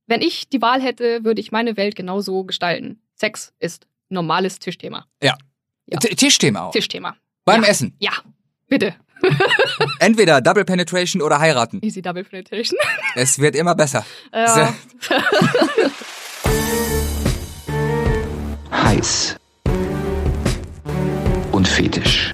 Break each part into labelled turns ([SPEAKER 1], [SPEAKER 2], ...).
[SPEAKER 1] Wenn ich die Wahl hätte, würde ich meine Welt genauso gestalten. Sex ist normales Tischthema.
[SPEAKER 2] Ja. Tischthema auch.
[SPEAKER 1] Tischthema.
[SPEAKER 2] Beim Essen.
[SPEAKER 1] Ja, bitte.
[SPEAKER 2] Entweder Double Penetration oder heiraten.
[SPEAKER 1] Easy Double Penetration.
[SPEAKER 2] Es wird immer besser.
[SPEAKER 1] Ja.
[SPEAKER 3] Heiß und fetisch.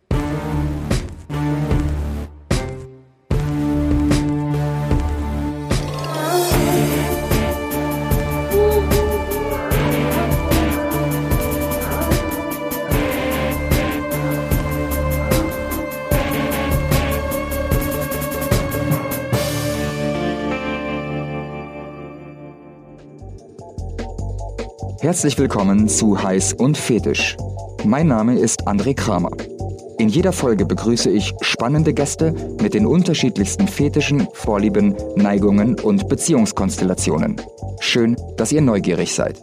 [SPEAKER 3] Herzlich willkommen zu Heiß und Fetisch. Mein Name ist André Kramer. In jeder Folge begrüße ich spannende Gäste mit den unterschiedlichsten Fetischen, Vorlieben, Neigungen und Beziehungskonstellationen. Schön, dass ihr neugierig seid.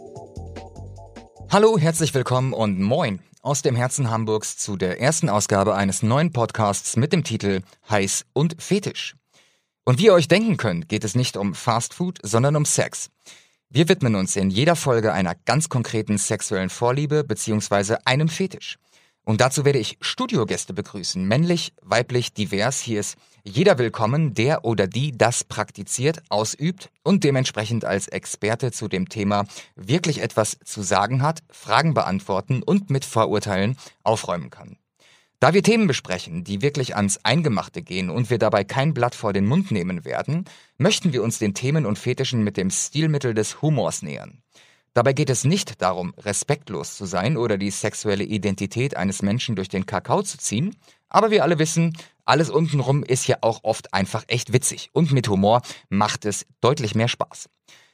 [SPEAKER 2] Hallo, herzlich willkommen und moin aus dem Herzen Hamburgs zu der ersten Ausgabe eines neuen Podcasts mit dem Titel Heiß und Fetisch. Und wie ihr euch denken könnt, geht es nicht um Fast Food, sondern um Sex. Wir widmen uns in jeder Folge einer ganz konkreten sexuellen Vorliebe bzw. einem Fetisch. Und dazu werde ich Studiogäste begrüßen, männlich, weiblich, divers. Hier ist jeder willkommen, der oder die das praktiziert, ausübt und dementsprechend als Experte zu dem Thema wirklich etwas zu sagen hat, Fragen beantworten und mit Vorurteilen aufräumen kann. Da wir Themen besprechen, die wirklich ans Eingemachte gehen und wir dabei kein Blatt vor den Mund nehmen werden, möchten wir uns den Themen und Fetischen mit dem Stilmittel des Humors nähern. Dabei geht es nicht darum, respektlos zu sein oder die sexuelle Identität eines Menschen durch den Kakao zu ziehen, aber wir alle wissen, alles untenrum ist ja auch oft einfach echt witzig und mit Humor macht es deutlich mehr Spaß.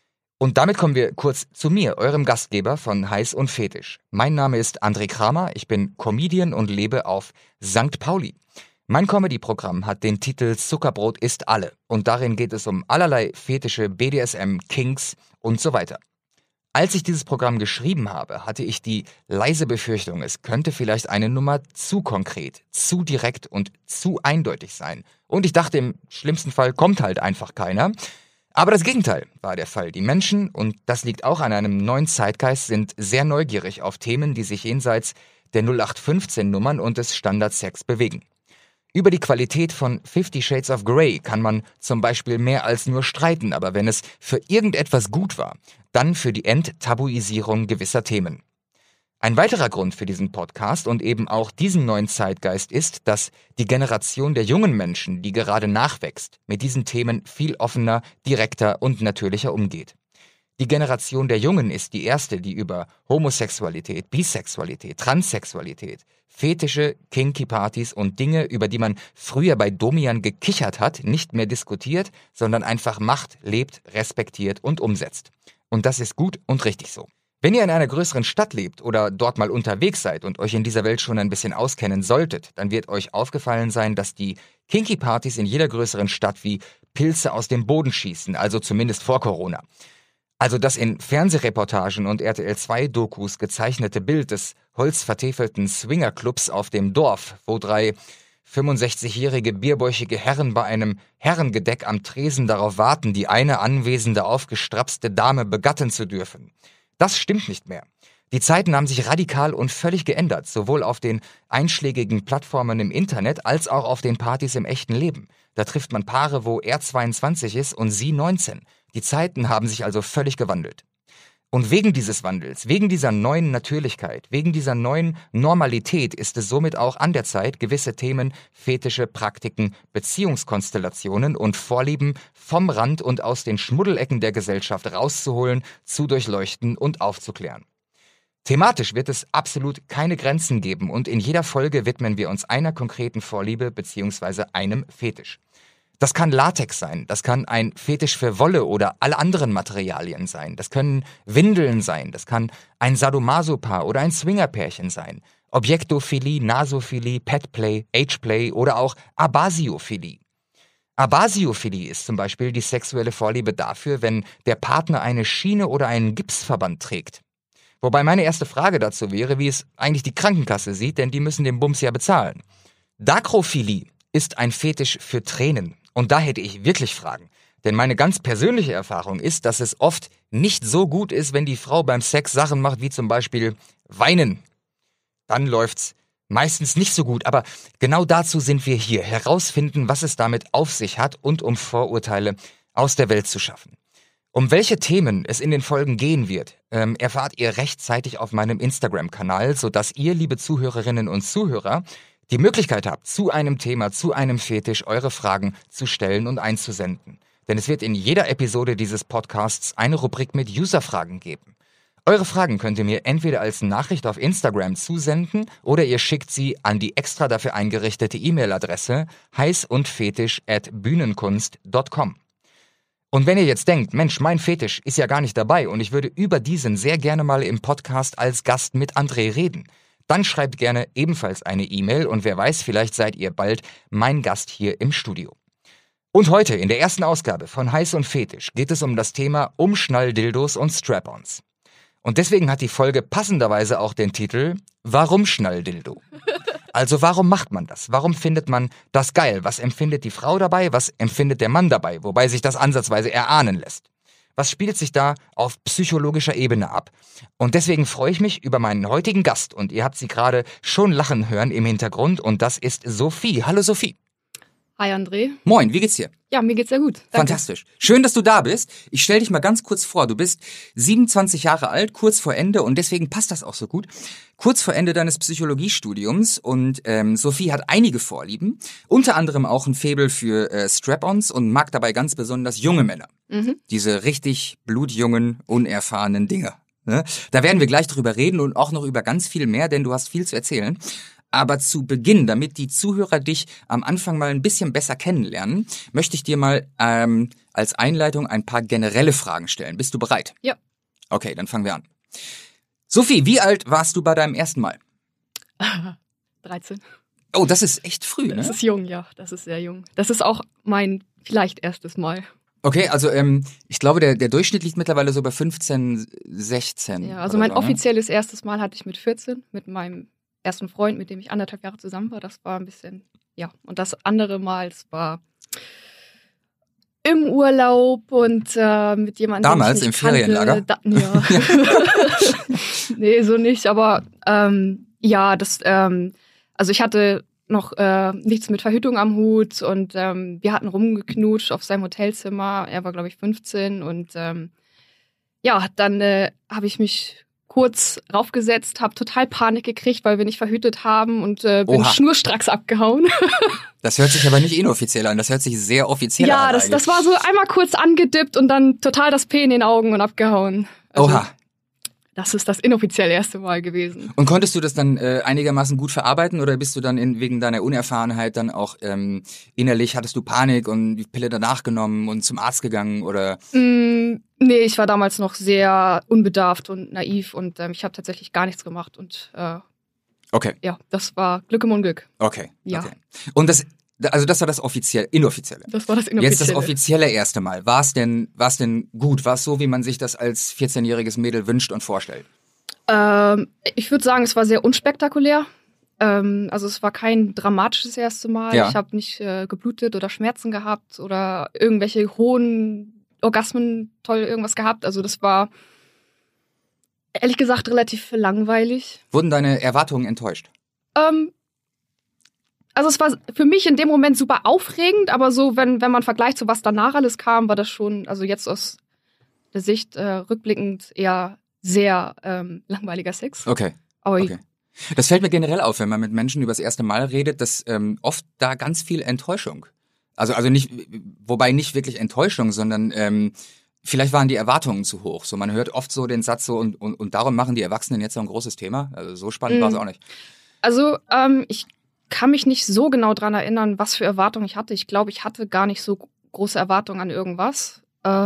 [SPEAKER 2] Und damit kommen wir kurz zu mir, eurem Gastgeber von Heiß und Fetisch. Mein Name ist André Kramer, ich bin Comedian und lebe auf St. Pauli. Mein Comedy-Programm hat den Titel Zuckerbrot ist alle und darin geht es um allerlei Fetische, BDSM, Kinks und so weiter. Als ich dieses Programm geschrieben habe, hatte ich die leise Befürchtung, es könnte vielleicht eine Nummer zu konkret, zu direkt und zu eindeutig sein. Und ich dachte, im schlimmsten Fall kommt halt einfach keiner. Aber das Gegenteil war der Fall. Die Menschen, und das liegt auch an einem neuen Zeitgeist, sind sehr neugierig auf Themen, die sich jenseits der 0815-Nummern und des Standardsex bewegen. Über die Qualität von 50 Shades of Grey kann man zum Beispiel mehr als nur streiten, aber wenn es für irgendetwas gut war, dann für die Enttabuisierung gewisser Themen. Ein weiterer Grund für diesen Podcast und eben auch diesen neuen Zeitgeist ist, dass die Generation der jungen Menschen, die gerade nachwächst, mit diesen Themen viel offener, direkter und natürlicher umgeht. Die Generation der Jungen ist die erste, die über Homosexualität, Bisexualität, Transsexualität, Fetische, Kinky-Partys und Dinge, über die man früher bei Domian gekichert hat, nicht mehr diskutiert, sondern einfach macht, lebt, respektiert und umsetzt. Und das ist gut und richtig so. Wenn ihr in einer größeren Stadt lebt oder dort mal unterwegs seid und euch in dieser Welt schon ein bisschen auskennen solltet, dann wird euch aufgefallen sein, dass die Kinky-Partys in jeder größeren Stadt wie Pilze aus dem Boden schießen, also zumindest vor Corona. Also das in Fernsehreportagen und RTL2-Dokus gezeichnete Bild des holzvertäfelten Swingerclubs auf dem Dorf, wo 3 65-jährige bierbäuchige Herren bei einem Herrengedeck am Tresen darauf warten, die eine anwesende aufgestrapste Dame begatten zu dürfen. Das stimmt nicht mehr. Die Zeiten haben sich radikal und völlig geändert, sowohl auf den einschlägigen Plattformen im Internet als auch auf den Partys im echten Leben. Da trifft man Paare, wo er 22 ist und sie 19. Die Zeiten haben sich also völlig gewandelt. Und wegen dieses Wandels, wegen dieser neuen Natürlichkeit, wegen dieser neuen Normalität ist es somit auch an der Zeit, gewisse Themen, Fetische, Praktiken, Beziehungskonstellationen und Vorlieben vom Rand und aus den Schmuddelecken der Gesellschaft rauszuholen, zu durchleuchten und aufzuklären. Thematisch wird es absolut keine Grenzen geben und in jeder Folge widmen wir uns einer konkreten Vorliebe bzw. einem Fetisch. Das kann Latex sein, das kann ein Fetisch für Wolle oder alle anderen Materialien sein, das können Windeln sein, das kann ein Sadomaso-Paar oder ein Swingerpärchen sein, Objektophilie, Nasophilie, Petplay, Ageplay oder auch Abasiophilie. Abasiophilie ist zum Beispiel die sexuelle Vorliebe dafür, wenn der Partner eine Schiene oder einen Gipsverband trägt. Wobei meine erste Frage dazu wäre, wie es eigentlich die Krankenkasse sieht, denn die müssen den Bums ja bezahlen. Dakrophilie ist ein Fetisch für Tränen. Und da hätte ich wirklich Fragen. Denn meine ganz persönliche Erfahrung ist, dass es oft nicht so gut ist, wenn die Frau beim Sex Sachen macht, wie zum Beispiel weinen. Dann läuft's meistens nicht so gut, aber genau dazu sind wir hier, herausfinden, was es damit auf sich hat und um Vorurteile aus der Welt zu schaffen. Um welche Themen es in den Folgen gehen wird, erfahrt ihr rechtzeitig auf meinem Instagram-Kanal, sodass ihr, liebe Zuhörerinnen und Zuhörer, die Möglichkeit habt, zu einem Thema, zu einem Fetisch eure Fragen zu stellen und einzusenden. Denn es wird in jeder Episode dieses Podcasts eine Rubrik mit User-Fragen geben. Eure Fragen könnt ihr mir entweder als Nachricht auf Instagram zusenden oder ihr schickt sie an die extra dafür eingerichtete E-Mail-Adresse heißundfetisch@bühnenkunst.com. Und wenn ihr jetzt denkt, Mensch, mein Fetisch ist ja gar nicht dabei und ich würde über diesen sehr gerne mal im Podcast als Gast mit André reden, dann schreibt gerne ebenfalls eine E-Mail und wer weiß, vielleicht seid ihr bald mein Gast hier im Studio. Und heute in der ersten Ausgabe von Heiß und Fetisch geht es um das Thema Umschnalldildos und Strap-ons. Und deswegen hat die Folge passenderweise auch den Titel Warum Schnalldildo? Also warum macht man das? Warum findet man das geil? Was empfindet die Frau dabei? Was empfindet der Mann dabei? Wobei sich das ansatzweise erahnen lässt. Was spielt sich da auf psychologischer Ebene ab? Und deswegen freue ich mich über meinen heutigen Gast. Und ihr habt sie gerade schon lachen hören im Hintergrund. Und das ist Sophie. Hallo Sophie.
[SPEAKER 1] Hi André.
[SPEAKER 4] Moin, wie geht's dir?
[SPEAKER 1] Ja, mir geht's sehr gut. Danke.
[SPEAKER 4] Fantastisch. Schön, dass du da bist. Ich stell dich mal ganz kurz vor. Du bist 27 Jahre alt, kurz vor Ende und deswegen passt das auch so gut. Kurz vor Ende deines Psychologiestudiums und Sophie hat einige Vorlieben, unter anderem auch ein Faible für Strap-ons und mag dabei ganz besonders junge Männer. Diese richtig blutjungen, unerfahrenen Dinger. Ne? Da werden wir gleich drüber reden und auch noch über ganz viel mehr, denn du hast viel zu erzählen. Aber zu Beginn, damit die Zuhörer dich am Anfang mal ein bisschen besser kennenlernen, möchte ich dir mal als Einleitung ein paar generelle Fragen stellen. Bist du bereit?
[SPEAKER 1] Ja.
[SPEAKER 4] Okay, dann fangen wir an. Sophie, wie alt warst du bei deinem ersten Mal?
[SPEAKER 1] 13.
[SPEAKER 4] Oh, das ist echt früh, ne?
[SPEAKER 1] Das ist jung, ja. Das ist sehr jung. Das ist auch mein vielleicht erstes Mal.
[SPEAKER 4] Okay, also ich glaube, der Durchschnitt liegt mittlerweile so bei 15, 16.
[SPEAKER 1] Ja, also mein offizielles erstes Mal hatte ich mit 14, mit meinem ersten Freund, mit dem ich 1,5 Jahre zusammen war. Das war ein bisschen, ja. Und das andere Mal, es war im Urlaub und mit jemandem,
[SPEAKER 4] damals
[SPEAKER 1] den ich
[SPEAKER 4] im
[SPEAKER 1] nicht
[SPEAKER 4] Ferienlager?
[SPEAKER 1] Ja. Nee, so nicht, aber ja, das, also ich hatte noch nichts mit Verhütung am Hut und wir hatten rumgeknutscht auf seinem Hotelzimmer. Er war, glaube ich, 15 und ja, dann habe ich mich kurz raufgesetzt, habe total Panik gekriegt, weil wir nicht verhütet haben und bin schnurstracks abgehauen.
[SPEAKER 4] Das hört sich aber nicht inoffiziell an, das hört sich sehr offiziell an.
[SPEAKER 1] Ja, das war so einmal kurz angedippt und dann total das P in den Augen und abgehauen. Also,
[SPEAKER 4] Oha.
[SPEAKER 1] Das ist das inoffiziell erste Mal gewesen.
[SPEAKER 4] Und konntest du das dann einigermaßen gut verarbeiten oder bist du dann wegen deiner Unerfahrenheit dann auch innerlich, hattest du Panik und die Pille danach genommen und zum Arzt gegangen oder?
[SPEAKER 1] Nee, ich war damals noch sehr unbedarft und naiv und ich habe tatsächlich gar nichts gemacht und
[SPEAKER 4] okay.
[SPEAKER 1] Ja, das war Glück im Unglück.
[SPEAKER 4] Okay.
[SPEAKER 1] Ja.
[SPEAKER 4] Okay. Und das war das inoffizielle.
[SPEAKER 1] Das war das inoffizielle.
[SPEAKER 4] Jetzt das offizielle erste Mal. War es denn gut? War es so, wie man sich das als 14-jähriges Mädel wünscht und vorstellt?
[SPEAKER 1] Ich würde sagen, es war sehr unspektakulär. Also es war kein dramatisches erste Mal.
[SPEAKER 4] Ja.
[SPEAKER 1] Ich habe nicht geblutet oder Schmerzen gehabt oder irgendwelche hohen Orgasmen, toll irgendwas gehabt. Also das war ehrlich gesagt relativ langweilig.
[SPEAKER 4] Wurden deine Erwartungen enttäuscht?
[SPEAKER 1] Also es war für mich in dem Moment super aufregend, aber so, wenn man vergleicht, so was danach alles kam, war das schon, also jetzt aus der Sicht rückblickend eher sehr langweiliger Sex.
[SPEAKER 4] Okay.
[SPEAKER 1] Aber
[SPEAKER 4] okay. Das fällt mir generell auf, wenn man mit Menschen über das erste Mal redet, dass oft da ganz viel Enttäuschung. Also nicht, wobei nicht wirklich Enttäuschung, sondern vielleicht waren die Erwartungen zu hoch. So, man hört oft so den Satz so und darum machen die Erwachsenen jetzt so ein großes Thema. Also so spannend war es auch nicht.
[SPEAKER 1] Also ich kann mich nicht so genau dran erinnern, was für Erwartungen ich hatte. Ich glaube, ich hatte gar nicht so große Erwartungen an irgendwas.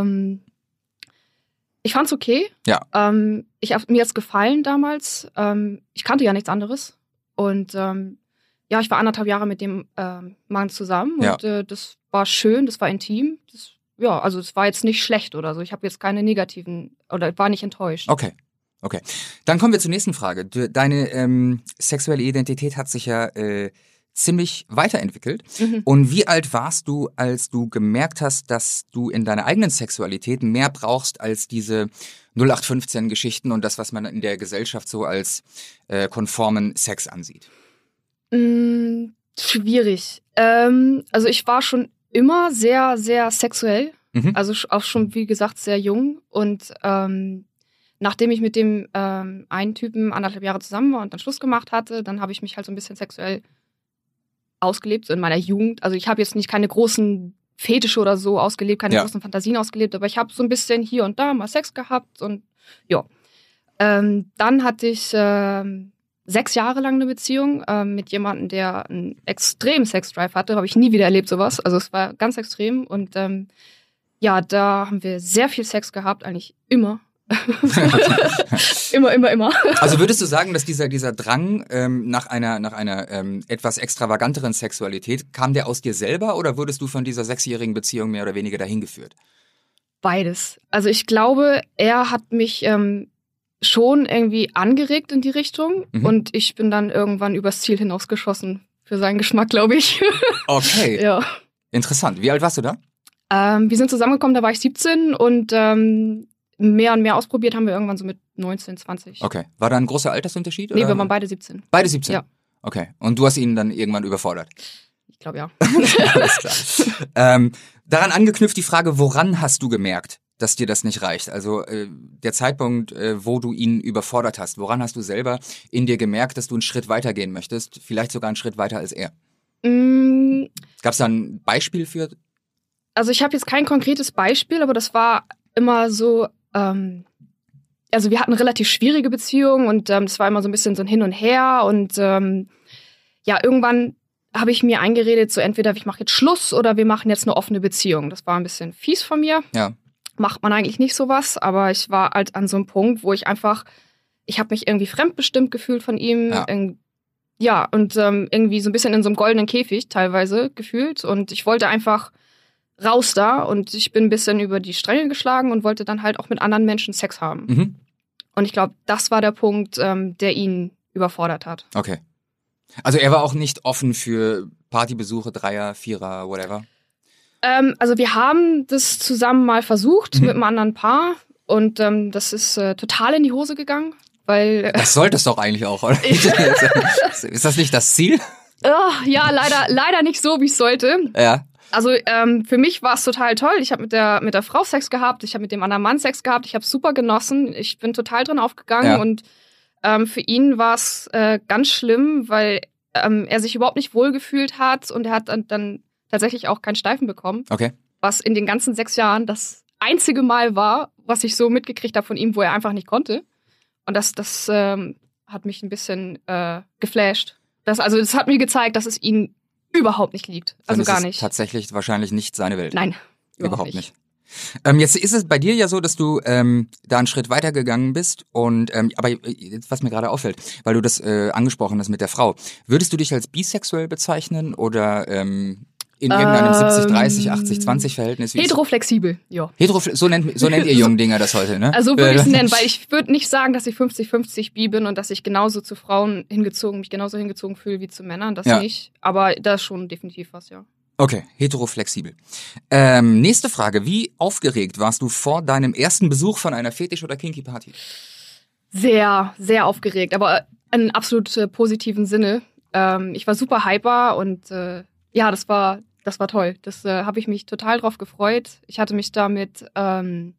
[SPEAKER 1] Ich fand's okay.
[SPEAKER 4] Ja.
[SPEAKER 1] Mir hat's gefallen damals. Ich kannte ja nichts anderes. Und ja, ich war 1,5 Jahre mit dem Mann zusammen.
[SPEAKER 4] Ja.
[SPEAKER 1] Und das war schön, das war intim. Ja, also es war jetzt nicht schlecht oder so. Ich habe jetzt keine negativen, oder war nicht enttäuscht.
[SPEAKER 4] Okay. Dann kommen wir zur nächsten Frage. Deine sexuelle Identität hat sich ja ziemlich weiterentwickelt. Und wie alt warst du, als du gemerkt hast, dass du in deiner eigenen Sexualität mehr brauchst als diese 0815-Geschichten und das, was man in der Gesellschaft so als konformen Sex ansieht?
[SPEAKER 1] Schwierig. Also ich war schon immer sehr, sehr sexuell. Also auch schon, wie gesagt, sehr jung. Und nachdem ich mit dem einen Typen 1,5 Jahre zusammen war und dann Schluss gemacht hatte, dann habe ich mich halt so ein bisschen sexuell ausgelebt, so in meiner Jugend. Also ich habe jetzt nicht keine großen Fetische oder so ausgelebt, keine großen Fantasien ausgelebt, aber ich habe so ein bisschen hier und da mal Sex gehabt und ja. Dann hatte ich 6 Jahre lang eine Beziehung mit jemandem, der einen extremen Sexdrive hatte. Habe ich nie wieder erlebt, sowas. Also es war ganz extrem und ja, da haben wir sehr viel Sex gehabt, eigentlich immer. immer.
[SPEAKER 4] Also würdest du sagen, dass dieser Drang nach einer etwas extravaganteren Sexualität, kam der aus dir selber oder wurdest du von dieser 6-jährigen Beziehung mehr oder weniger dahin geführt?
[SPEAKER 1] Beides. Also ich glaube, er hat mich schon irgendwie angeregt in die Richtung und ich bin dann irgendwann übers Ziel hinausgeschossen für seinen Geschmack, glaube ich.
[SPEAKER 4] Okay.
[SPEAKER 1] Ja.
[SPEAKER 4] Interessant. Wie alt warst du da?
[SPEAKER 1] Wir sind zusammengekommen, da war ich 17 und mehr und mehr ausprobiert haben wir irgendwann so mit 19, 20.
[SPEAKER 4] Okay. War da ein großer Altersunterschied?
[SPEAKER 1] Nee,
[SPEAKER 4] oder?
[SPEAKER 1] wir waren beide 17.
[SPEAKER 4] Beide 17?
[SPEAKER 1] Ja.
[SPEAKER 4] Okay. Und du hast ihn dann irgendwann überfordert?
[SPEAKER 1] Ich glaube, ja.
[SPEAKER 4] Alles klar. Daran angeknüpft die Frage, woran hast du gemerkt, dass dir das nicht reicht? Also der Zeitpunkt, wo du ihn überfordert hast. Woran hast du selber in dir gemerkt, dass du einen Schritt weiter gehen möchtest? Vielleicht sogar einen Schritt weiter als er? Gab es da ein Beispiel für?
[SPEAKER 1] Also ich habe jetzt kein konkretes Beispiel, aber das war immer so, also wir hatten eine relativ schwierige Beziehung und es war immer so ein bisschen so ein Hin und Her und ja, irgendwann habe ich mir eingeredet, so entweder ich mache jetzt Schluss oder wir machen jetzt eine offene Beziehung. Das war ein bisschen fies von mir.
[SPEAKER 4] Ja.
[SPEAKER 1] Macht man eigentlich nicht sowas, aber ich war halt an so einem Punkt, wo ich habe mich irgendwie fremdbestimmt gefühlt von ihm. Ja, und irgendwie so ein bisschen in so einem goldenen Käfig teilweise gefühlt und ich wollte einfach raus da und ich bin ein bisschen über die Stränge geschlagen und wollte dann halt auch mit anderen Menschen Sex haben. Und ich glaube, das war der Punkt, der ihn überfordert hat.
[SPEAKER 4] Okay. Also er war auch nicht offen für Partybesuche, Dreier, Vierer, whatever?
[SPEAKER 1] Also wir haben das zusammen mal versucht mit einem anderen Paar und das ist total in die Hose gegangen, weil...
[SPEAKER 4] Das sollte es doch eigentlich auch, oder? Ist das nicht das Ziel?
[SPEAKER 1] Ja, leider nicht so, wie es sollte.
[SPEAKER 4] Ja.
[SPEAKER 1] Also für mich war es total toll. Ich habe mit der Frau Sex gehabt, ich habe mit dem anderen Mann Sex gehabt, ich habe es super genossen, ich bin total drin aufgegangen und für ihn war es ganz schlimm, weil er sich überhaupt nicht wohlgefühlt hat und er hat dann tatsächlich auch keinen Steifen bekommen. Okay. Was in den ganzen 6 Jahren das einzige Mal war, was ich so mitgekriegt habe von ihm, wo er einfach nicht konnte. Und das hat mich ein bisschen geflasht. Das hat mir gezeigt, dass es ihn überhaupt nicht liegt. Also gar nicht.
[SPEAKER 4] Tatsächlich wahrscheinlich nicht seine Welt.
[SPEAKER 1] Nein,
[SPEAKER 4] überhaupt nicht. Jetzt ist es bei dir ja so, dass du da einen Schritt weiter gegangen bist und aber was mir gerade auffällt, weil du das angesprochen hast mit der Frau, würdest du dich als bisexuell bezeichnen oder in irgendeinem 70-30, 80-20 Verhältnis?
[SPEAKER 1] Heteroflexibel, ja.
[SPEAKER 4] So nennt ihr jungen Dinger das heute, ne?
[SPEAKER 1] Also würde ich es nennen, weil ich würde nicht sagen, dass ich 50-50 bi bin und dass ich genauso zu Frauen mich genauso hingezogen fühle wie zu Männern, das nicht. Aber da ist schon definitiv was, ja.
[SPEAKER 4] Okay, heteroflexibel. Nächste Frage. Wie aufgeregt warst du vor deinem ersten Besuch von einer Fetisch- oder Kinky-Party?
[SPEAKER 1] Sehr, sehr aufgeregt, aber in absolut positiven Sinne. Ich war super hyper und ja, das war toll. Das habe ich mich total drauf gefreut. Ich hatte mich da mit jemandem,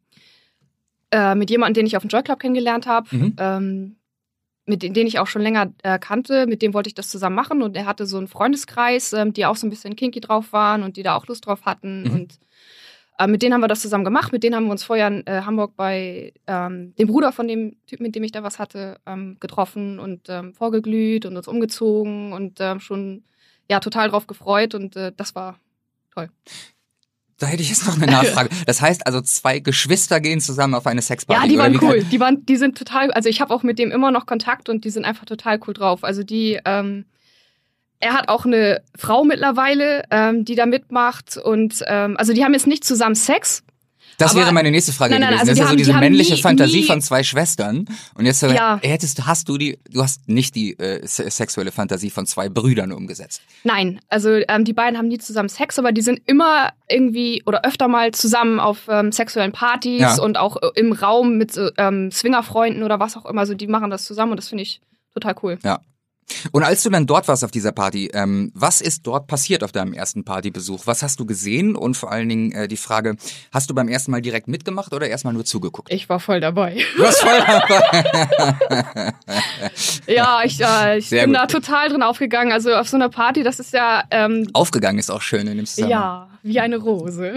[SPEAKER 1] den ich auf dem Joy Club kennengelernt habe, mit den ich auch schon länger kannte, mit dem wollte ich das zusammen machen und er hatte so einen Freundeskreis, die auch so ein bisschen kinky drauf waren und die da auch Lust drauf hatten und mit denen haben wir das zusammen gemacht, mit denen haben wir uns vorher in Hamburg bei dem Bruder von dem Typen, mit dem ich da was hatte, getroffen und vorgeglüht und uns umgezogen und schon total drauf gefreut und das war toll.
[SPEAKER 4] Da hätte ich jetzt noch eine Nachfrage. Das heißt also, 2 Geschwister gehen zusammen auf eine Sexparty?
[SPEAKER 1] Ja, die waren cool. Die sind total, also ich habe auch mit dem immer noch Kontakt und die sind einfach total cool drauf. Also er hat auch eine Frau mittlerweile, die da mitmacht und also die haben jetzt nicht zusammen Sex.
[SPEAKER 4] Das wäre meine nächste Frage gewesen.
[SPEAKER 1] Also
[SPEAKER 4] das ist ja so diese
[SPEAKER 1] die haben
[SPEAKER 4] männliche Fantasie
[SPEAKER 1] nie
[SPEAKER 4] von zwei Schwestern. Und jetzt du hast nicht die sexuelle Fantasie von zwei Brüdern umgesetzt.
[SPEAKER 1] Nein, also die beiden haben nie zusammen Sex, aber die sind immer irgendwie oder öfter mal zusammen auf sexuellen Partys und auch im Raum mit Swingerfreunden oder was auch immer. Also die machen das zusammen und das finde ich total cool.
[SPEAKER 4] Ja. Und als du dann dort warst auf dieser Party, was ist dort passiert auf deinem ersten Partybesuch? Was hast du gesehen? Und vor allen Dingen die Frage, hast du beim ersten Mal direkt mitgemacht oder erstmal nur zugeguckt?
[SPEAKER 1] Ich war voll dabei.
[SPEAKER 4] Du warst voll dabei?
[SPEAKER 1] Ja, ich bin da total drin aufgegangen. Also auf so einer Party, das ist ja...
[SPEAKER 4] aufgegangen ist auch schön in dem Zusammenhang.
[SPEAKER 1] Ja, wie eine Rose.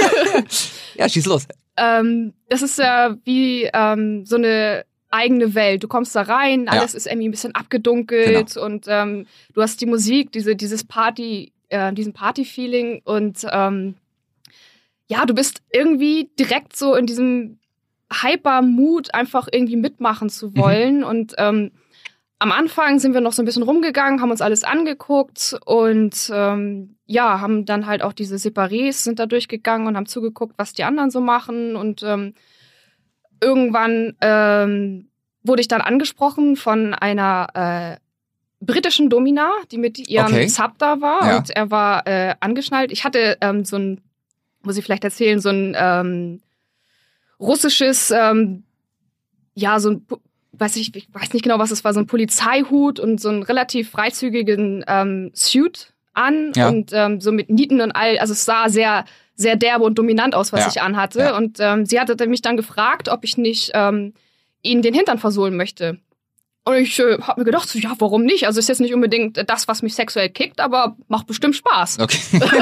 [SPEAKER 4] Ja, schieß los.
[SPEAKER 1] Das ist ja wie so eine eigene Welt. Du kommst da rein, alles ist irgendwie ein bisschen abgedunkelt und du hast die Musik, dieses Party, diesen Party-Feeling und du bist irgendwie direkt so in diesem Hyper-Mut, einfach irgendwie mitmachen zu wollen und am Anfang sind wir noch so ein bisschen rumgegangen, haben uns alles angeguckt und haben dann halt auch diese Separés sind da durchgegangen und haben zugeguckt, was die anderen so machen und irgendwann wurde ich dann angesprochen von einer britischen Domina, die mit ihrem Sub da war und er war angeschnallt. Ich hatte muss ich vielleicht erzählen, so ein russisches, ich weiß nicht genau, was es war, so ein Polizeihut und so einen relativ freizügigen Suit an und so mit Nieten und all, also es sah sehr sehr derbe und dominant aus, was ich anhatte. Und sie hatte mich dann gefragt, ob ich nicht ihnen den Hintern versohlen möchte. Und ich habe mir gedacht, so, ja, warum nicht? Also ist jetzt nicht unbedingt das, was mich sexuell kickt, aber macht bestimmt Spaß.
[SPEAKER 4] Okay.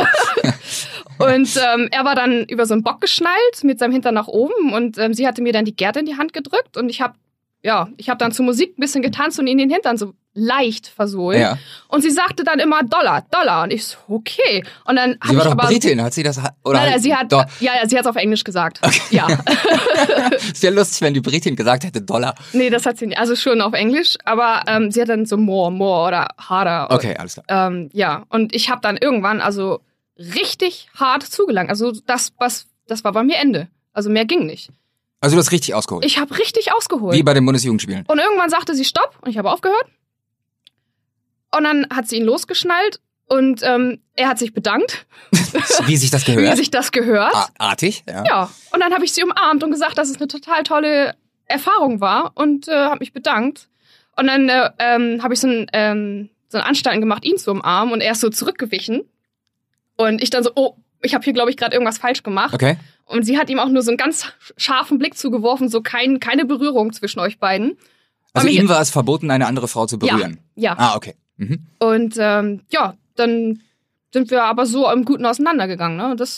[SPEAKER 1] Und er war dann über so einen Bock geschnallt mit seinem Hintern nach oben und sie hatte mir dann die Gerte in die Hand gedrückt und ich habe dann zur Musik ein bisschen getanzt und ihn den Hintern so leicht versohlen. Ja. Und sie sagte dann immer Dollar. Und ich so, okay. Und dann
[SPEAKER 4] sie war doch Britin, hat sie das... Oder
[SPEAKER 1] nein, sie hat es auf Englisch gesagt. Okay. Ja.
[SPEAKER 4] Ist ja lustig, wenn die Britin gesagt hätte Dollar.
[SPEAKER 1] Nee, das hat sie nicht. Also schon auf Englisch, aber sie hat dann so more oder harder.
[SPEAKER 4] Okay, alles klar.
[SPEAKER 1] Und ich habe dann irgendwann also richtig hart zugelangt. Also das war bei mir Ende. Also mehr ging nicht.
[SPEAKER 4] Also du hast richtig ausgeholt?
[SPEAKER 1] Ich habe richtig ausgeholt.
[SPEAKER 4] Wie bei den Bundesjugendspielen?
[SPEAKER 1] Und irgendwann sagte sie Stopp und ich habe aufgehört. Und dann hat sie ihn losgeschnallt und er hat sich bedankt.
[SPEAKER 4] Wie sich das gehört?
[SPEAKER 1] Wie sich das gehört.
[SPEAKER 4] Artig, ja.
[SPEAKER 1] Ja, und dann habe ich sie umarmt und gesagt, dass es eine total tolle Erfahrung war und habe mich bedankt. Und dann habe ich so ein Anstalten gemacht, ihn zu umarmen und er ist so zurückgewichen. Und ich dann so, oh, ich habe hier, glaube ich, gerade irgendwas falsch gemacht.
[SPEAKER 4] Okay.
[SPEAKER 1] Und sie hat ihm auch nur so einen ganz scharfen Blick zugeworfen, so keine Berührung zwischen euch beiden.
[SPEAKER 4] Also ihm war es verboten, eine andere Frau zu berühren?
[SPEAKER 1] Ja.
[SPEAKER 4] Ah, okay. Mhm.
[SPEAKER 1] Und dann sind wir aber so im Guten auseinandergegangen. Ne? Das,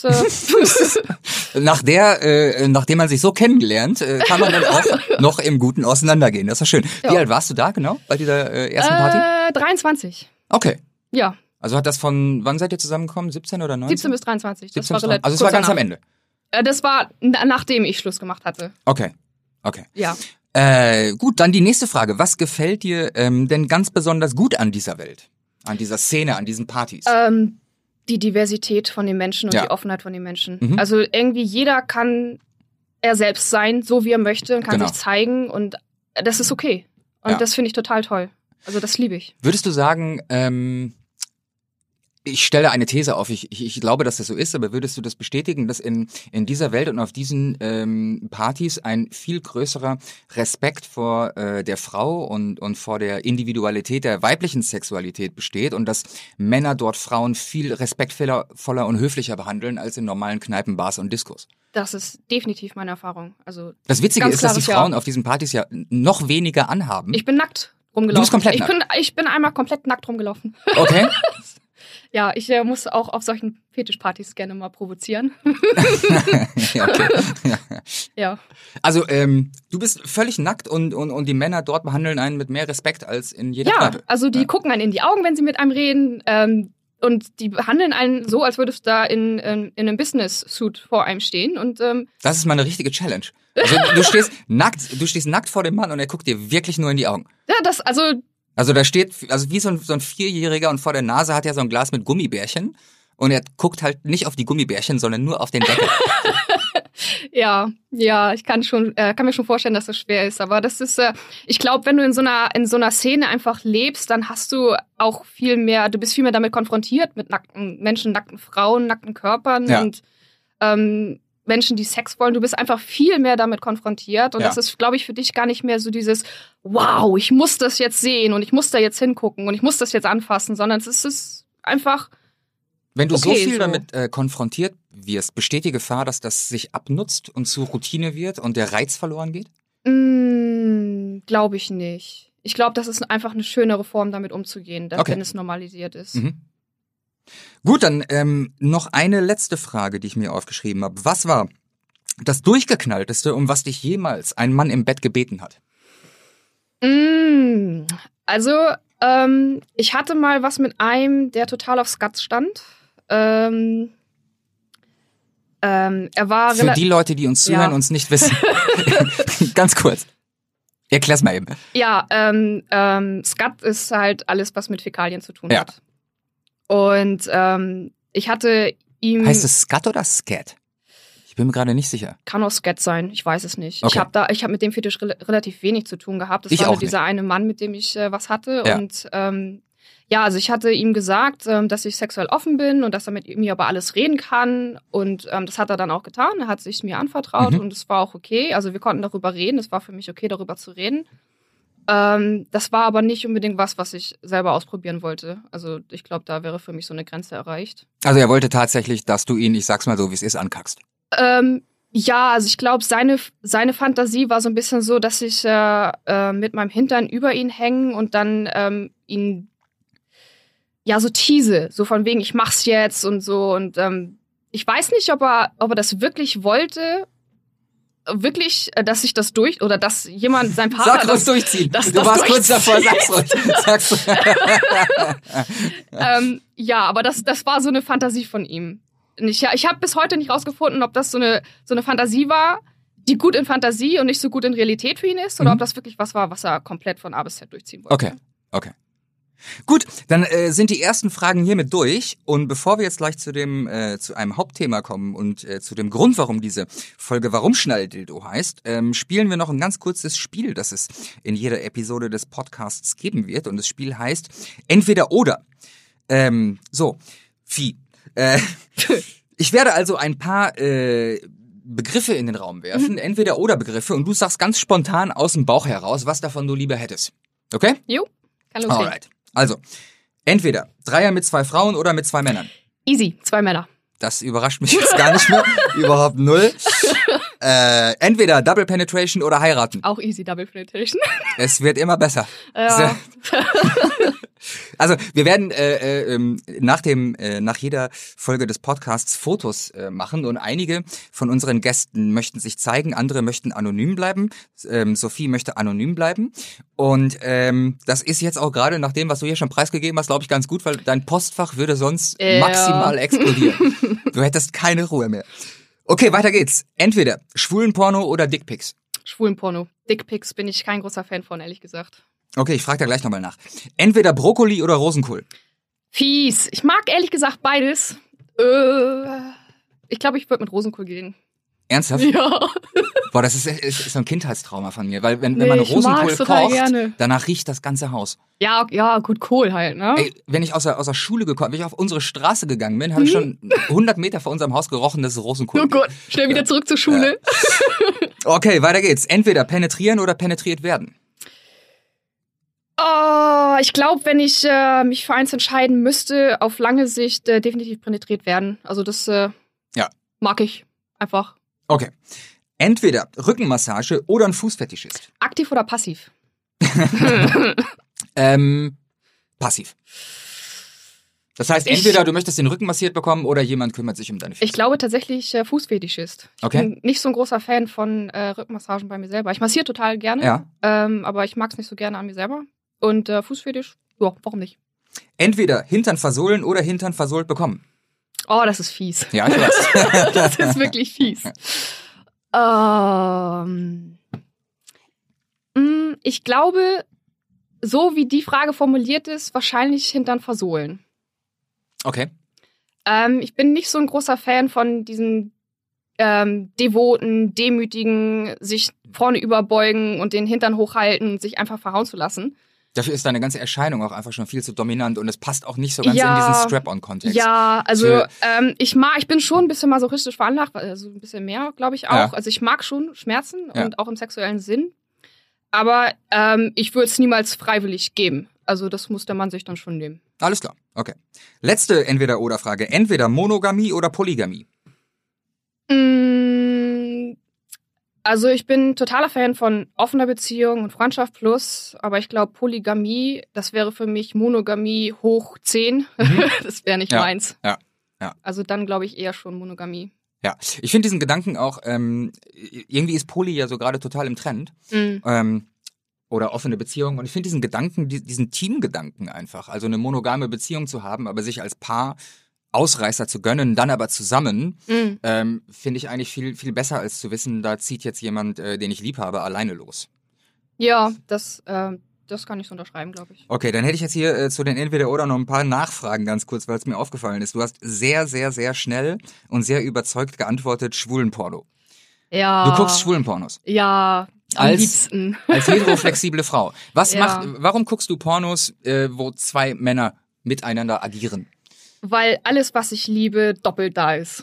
[SPEAKER 4] nachdem man sich so kennengelernt, kann man dann auch noch im Guten auseinandergehen. Das ist ja schön. Ja. Wie alt warst du da genau bei dieser ersten Party?
[SPEAKER 1] 23.
[SPEAKER 4] Okay.
[SPEAKER 1] Ja.
[SPEAKER 4] Also hat das von, wann seid ihr zusammengekommen? 17 oder 19?
[SPEAKER 1] 17 bis 23. Das
[SPEAKER 4] 17
[SPEAKER 1] war relativ
[SPEAKER 4] also es war ganz am Ende?
[SPEAKER 1] Das war nachdem ich Schluss gemacht hatte.
[SPEAKER 4] Okay.
[SPEAKER 1] Ja.
[SPEAKER 4] Gut, dann die nächste Frage. Was gefällt dir denn ganz besonders gut an dieser Welt? An dieser Szene, an diesen Partys?
[SPEAKER 1] Die Diversität von den Menschen und die Offenheit von den Menschen. Mhm. Also irgendwie jeder kann er selbst sein, so wie er möchte, und kann sich zeigen und das ist okay. Und das finde ich total toll. Also das liebe ich.
[SPEAKER 4] Würdest du sagen, ich stelle eine These auf, ich glaube, dass das so ist, aber würdest du das bestätigen, dass in dieser Welt und auf diesen Partys ein viel größerer Respekt vor der Frau und vor der Individualität der weiblichen Sexualität besteht und dass Männer dort Frauen viel respektvoller und höflicher behandeln als in normalen Kneipen, Bars und Diskos?
[SPEAKER 1] Das ist definitiv meine Erfahrung. Also
[SPEAKER 4] das Witzige ist, dass die Frauen auf diesen Partys ja noch weniger anhaben.
[SPEAKER 1] Ich bin nackt rumgelaufen. Du
[SPEAKER 4] bist komplett nackt?
[SPEAKER 1] Ich bin einmal komplett nackt rumgelaufen.
[SPEAKER 4] Okay.
[SPEAKER 1] Ja, ich muss auch auf solchen Fetischpartys gerne mal provozieren.
[SPEAKER 4] Ja, okay.
[SPEAKER 1] Ja.
[SPEAKER 4] Also du bist völlig nackt und die Männer dort behandeln einen mit mehr Respekt als in jeder Kneipe.
[SPEAKER 1] Also die gucken einen in die Augen, wenn sie mit einem reden und die behandeln einen so, als würdest du da in einem Business-Suit vor einem stehen. Und
[SPEAKER 4] das ist mal eine richtige Challenge. Also du stehst nackt vor dem Mann und er guckt dir wirklich nur in die Augen.
[SPEAKER 1] Ja,
[SPEAKER 4] Also da steht, also wie so ein Vierjähriger und vor der Nase hat er so ein Glas mit Gummibärchen und er guckt halt nicht auf die Gummibärchen, sondern nur auf den Deckel.
[SPEAKER 1] Ja, ich kann mir schon vorstellen, dass das schwer ist. Aber das ist, ich glaube, wenn du in so einer Szene einfach lebst, dann hast du auch du bist viel mehr damit konfrontiert mit nackten Menschen, nackten Frauen, nackten Körpern und Menschen, die Sex wollen. Du bist einfach viel mehr damit konfrontiert. Und das ist, glaube ich, für dich gar nicht mehr so dieses, wow, ich muss das jetzt sehen und ich muss da jetzt hingucken und ich muss das jetzt anfassen, sondern es ist einfach.
[SPEAKER 4] Wenn du so viel damit konfrontiert wirst, besteht die Gefahr, dass das sich abnutzt und zu Routine wird und der Reiz verloren geht?
[SPEAKER 1] Glaube ich nicht. Ich glaube, das ist einfach eine schönere Form, damit umzugehen, wenn es normalisiert ist.
[SPEAKER 4] Mhm. Gut, dann noch eine letzte Frage, die ich mir aufgeschrieben habe. Was war das Durchgeknallteste, um was dich jemals ein Mann im Bett gebeten hat?
[SPEAKER 1] Also, ich hatte mal was mit einem, der total auf Skat stand. Er war
[SPEAKER 4] für die Leute, die uns zuhören und es nicht wissen. Ganz kurz. Erklär's mal eben.
[SPEAKER 1] Ja, Skat ist halt alles, was mit Fäkalien zu tun hat. Und ich hatte ihm...
[SPEAKER 4] Heißt es Skat oder Scat? Ich bin mir gerade nicht sicher.
[SPEAKER 1] Kann auch Skat sein, ich weiß es nicht.
[SPEAKER 4] Okay.
[SPEAKER 1] Ich hab mit dem Fetisch relativ wenig zu tun gehabt. Das war nur dieser eine Mann, mit dem ich was hatte.
[SPEAKER 4] Ja.
[SPEAKER 1] Und also ich hatte ihm gesagt, dass ich sexuell offen bin und dass er mit mir über alles reden kann. Und das hat er dann auch getan. Er hat sich mir anvertraut und es war auch okay. Also wir konnten darüber reden. Es war für mich okay, darüber zu reden. Das war aber nicht unbedingt was ich selber ausprobieren wollte. Also ich glaube, da wäre für mich so eine Grenze erreicht.
[SPEAKER 4] Also er wollte tatsächlich, dass du ihn, ich sag's mal so, wie es ist, ankackst.
[SPEAKER 1] Ja, also ich glaube, seine Fantasie war so ein bisschen so, dass ich mit meinem Hintern über ihn hängen und dann ihn so tease, so von wegen, ich mach's jetzt und so. Und ich weiß nicht, ob er das wirklich wollte, dass ich das oder dass jemand, sein Partner...
[SPEAKER 4] Sag ruhig durchziehen. Du warst kurz davor, sag's ruhig.
[SPEAKER 1] Aber das war so eine Fantasie von ihm. Und ich habe bis heute nicht rausgefunden, ob das so eine Fantasie war, die gut in Fantasie und nicht so gut in Realität für ihn ist, oder ob das wirklich was war, was er komplett von A bis Z durchziehen wollte.
[SPEAKER 4] Okay. Gut, dann sind die ersten Fragen hiermit durch. Und bevor wir jetzt gleich zu einem Hauptthema kommen und zu dem Grund, warum diese Folge Warum Schnalldildo heißt, spielen wir noch ein ganz kurzes Spiel, das es in jeder Episode des Podcasts geben wird. Und das Spiel heißt Entweder oder. Vieh. Ich werde also ein paar Begriffe in den Raum werfen, entweder oder Begriffe, und du sagst ganz spontan aus dem Bauch heraus, was davon du lieber hättest. Okay?
[SPEAKER 1] Jo, kann losgehen.
[SPEAKER 4] Alright. Also, entweder Dreier mit 2 Frauen oder mit 2 Männern.
[SPEAKER 1] Easy, 2 Männer.
[SPEAKER 4] Das überrascht mich jetzt gar nicht mehr. Überhaupt null. Entweder Double Penetration oder heiraten.
[SPEAKER 1] Auch easy, Double Penetration.
[SPEAKER 4] Es wird immer besser.
[SPEAKER 1] Ja.
[SPEAKER 4] Also wir werden nach jeder Folge des Podcasts Fotos machen und einige von unseren Gästen möchten sich zeigen, andere möchten anonym bleiben. Sophie möchte anonym bleiben und das ist jetzt auch gerade nach dem, was du hier schon preisgegeben hast, glaube ich, ganz gut, weil dein Postfach würde sonst maximal explodieren. Du hättest keine Ruhe mehr. Okay, weiter geht's. Entweder Schwulenporno oder Dickpics.
[SPEAKER 1] Schwulenporno. Dickpics bin ich kein großer Fan von, ehrlich gesagt.
[SPEAKER 4] Okay, ich frage da gleich nochmal nach. Entweder Brokkoli oder Rosenkohl.
[SPEAKER 1] Fies. Ich mag ehrlich gesagt beides. Ich glaube, ich würde mit Rosenkohl gehen.
[SPEAKER 4] Ernsthaft?
[SPEAKER 1] Ja.
[SPEAKER 4] Boah, das ist so ein Kindheitstrauma von mir, weil wenn man Rosenkohl kocht, danach riecht das ganze Haus.
[SPEAKER 1] Ja, gut, Kohl halt, ne?
[SPEAKER 4] Ey, wenn ich aus der Schule gekommen bin, wenn ich auf unsere Straße gegangen bin, habe ich schon 100 Meter vor unserem Haus gerochen, dass es Rosenkohl
[SPEAKER 1] gibt. Oh Gott, schnell wieder zurück zur Schule.
[SPEAKER 4] Ja. Okay, weiter geht's. Entweder penetrieren oder penetriert werden.
[SPEAKER 1] Oh, ich glaube, wenn ich mich für eins entscheiden müsste, auf lange Sicht definitiv penetriert werden. Also das mag ich einfach.
[SPEAKER 4] Okay. Entweder Rückenmassage oder ein Fußfetischist.
[SPEAKER 1] Aktiv oder passiv?
[SPEAKER 4] Passiv. Das heißt, entweder du möchtest den Rücken massiert bekommen oder jemand kümmert sich um deine Füße.
[SPEAKER 1] Ich glaube tatsächlich Fußfetischist. Ich bin nicht so ein großer Fan von Rückenmassagen bei mir selber. Ich massiere total gerne, aber ich mag es nicht so gerne an mir selber. Und Fußfetisch, warum nicht?
[SPEAKER 4] Entweder Hintern versohlen oder Hintern versohlt bekommen.
[SPEAKER 1] Oh, das ist fies.
[SPEAKER 4] Ja, ich weiß.
[SPEAKER 1] Das ist wirklich fies. Ich glaube, so wie die Frage formuliert ist, wahrscheinlich Hintern versohlen.
[SPEAKER 4] Okay.
[SPEAKER 1] Ich bin nicht so ein großer Fan von diesen devoten, demütigen, sich vorne überbeugen und den Hintern hochhalten und sich einfach verhauen zu lassen.
[SPEAKER 4] Dafür ist deine ganze Erscheinung auch einfach schon viel zu dominant und es passt auch nicht so ganz in diesen Strap-on-Kontext.
[SPEAKER 1] Ja, also ich bin schon ein bisschen masochistisch veranlagt, also ein bisschen mehr, glaube ich auch. Ja. Also ich mag schon Schmerzen und auch im sexuellen Sinn, aber ich würde es niemals freiwillig geben. Also das muss der Mann sich dann schon nehmen.
[SPEAKER 4] Alles klar, okay. Letzte Entweder-oder-Frage. Entweder Monogamie oder Polygamie?
[SPEAKER 1] Also ich bin totaler Fan von offener Beziehung und Freundschaft plus, aber ich glaube Polygamie, das wäre für mich Monogamie hoch 10. Das wäre nicht meins. Ja. Also dann glaube ich eher schon Monogamie.
[SPEAKER 4] Ja, ich finde diesen Gedanken auch, irgendwie ist Poly ja so gerade total im Trend. Oder offene Beziehung. Und ich finde diesen Gedanken, diesen Teamgedanken einfach, also eine monogame Beziehung zu haben, aber sich als Paar Ausreißer zu gönnen, dann aber zusammen, finde ich eigentlich viel, viel besser, als zu wissen, da zieht jetzt jemand, den ich lieb habe, alleine los.
[SPEAKER 1] Ja, das kann ich so unterschreiben, glaube ich.
[SPEAKER 4] Okay, dann hätte ich jetzt hier zu den Entweder-oder noch ein paar Nachfragen ganz kurz, weil es mir aufgefallen ist. Du hast sehr, sehr, sehr schnell und sehr überzeugt geantwortet, Schwulenporno.
[SPEAKER 1] Ja.
[SPEAKER 4] Du guckst Schwulenpornos.
[SPEAKER 1] Ja, am liebsten.
[SPEAKER 4] Als heteroflexible Frau. Warum guckst du Pornos, wo zwei Männer miteinander agieren?
[SPEAKER 1] Weil alles, was ich liebe, doppelt da ist.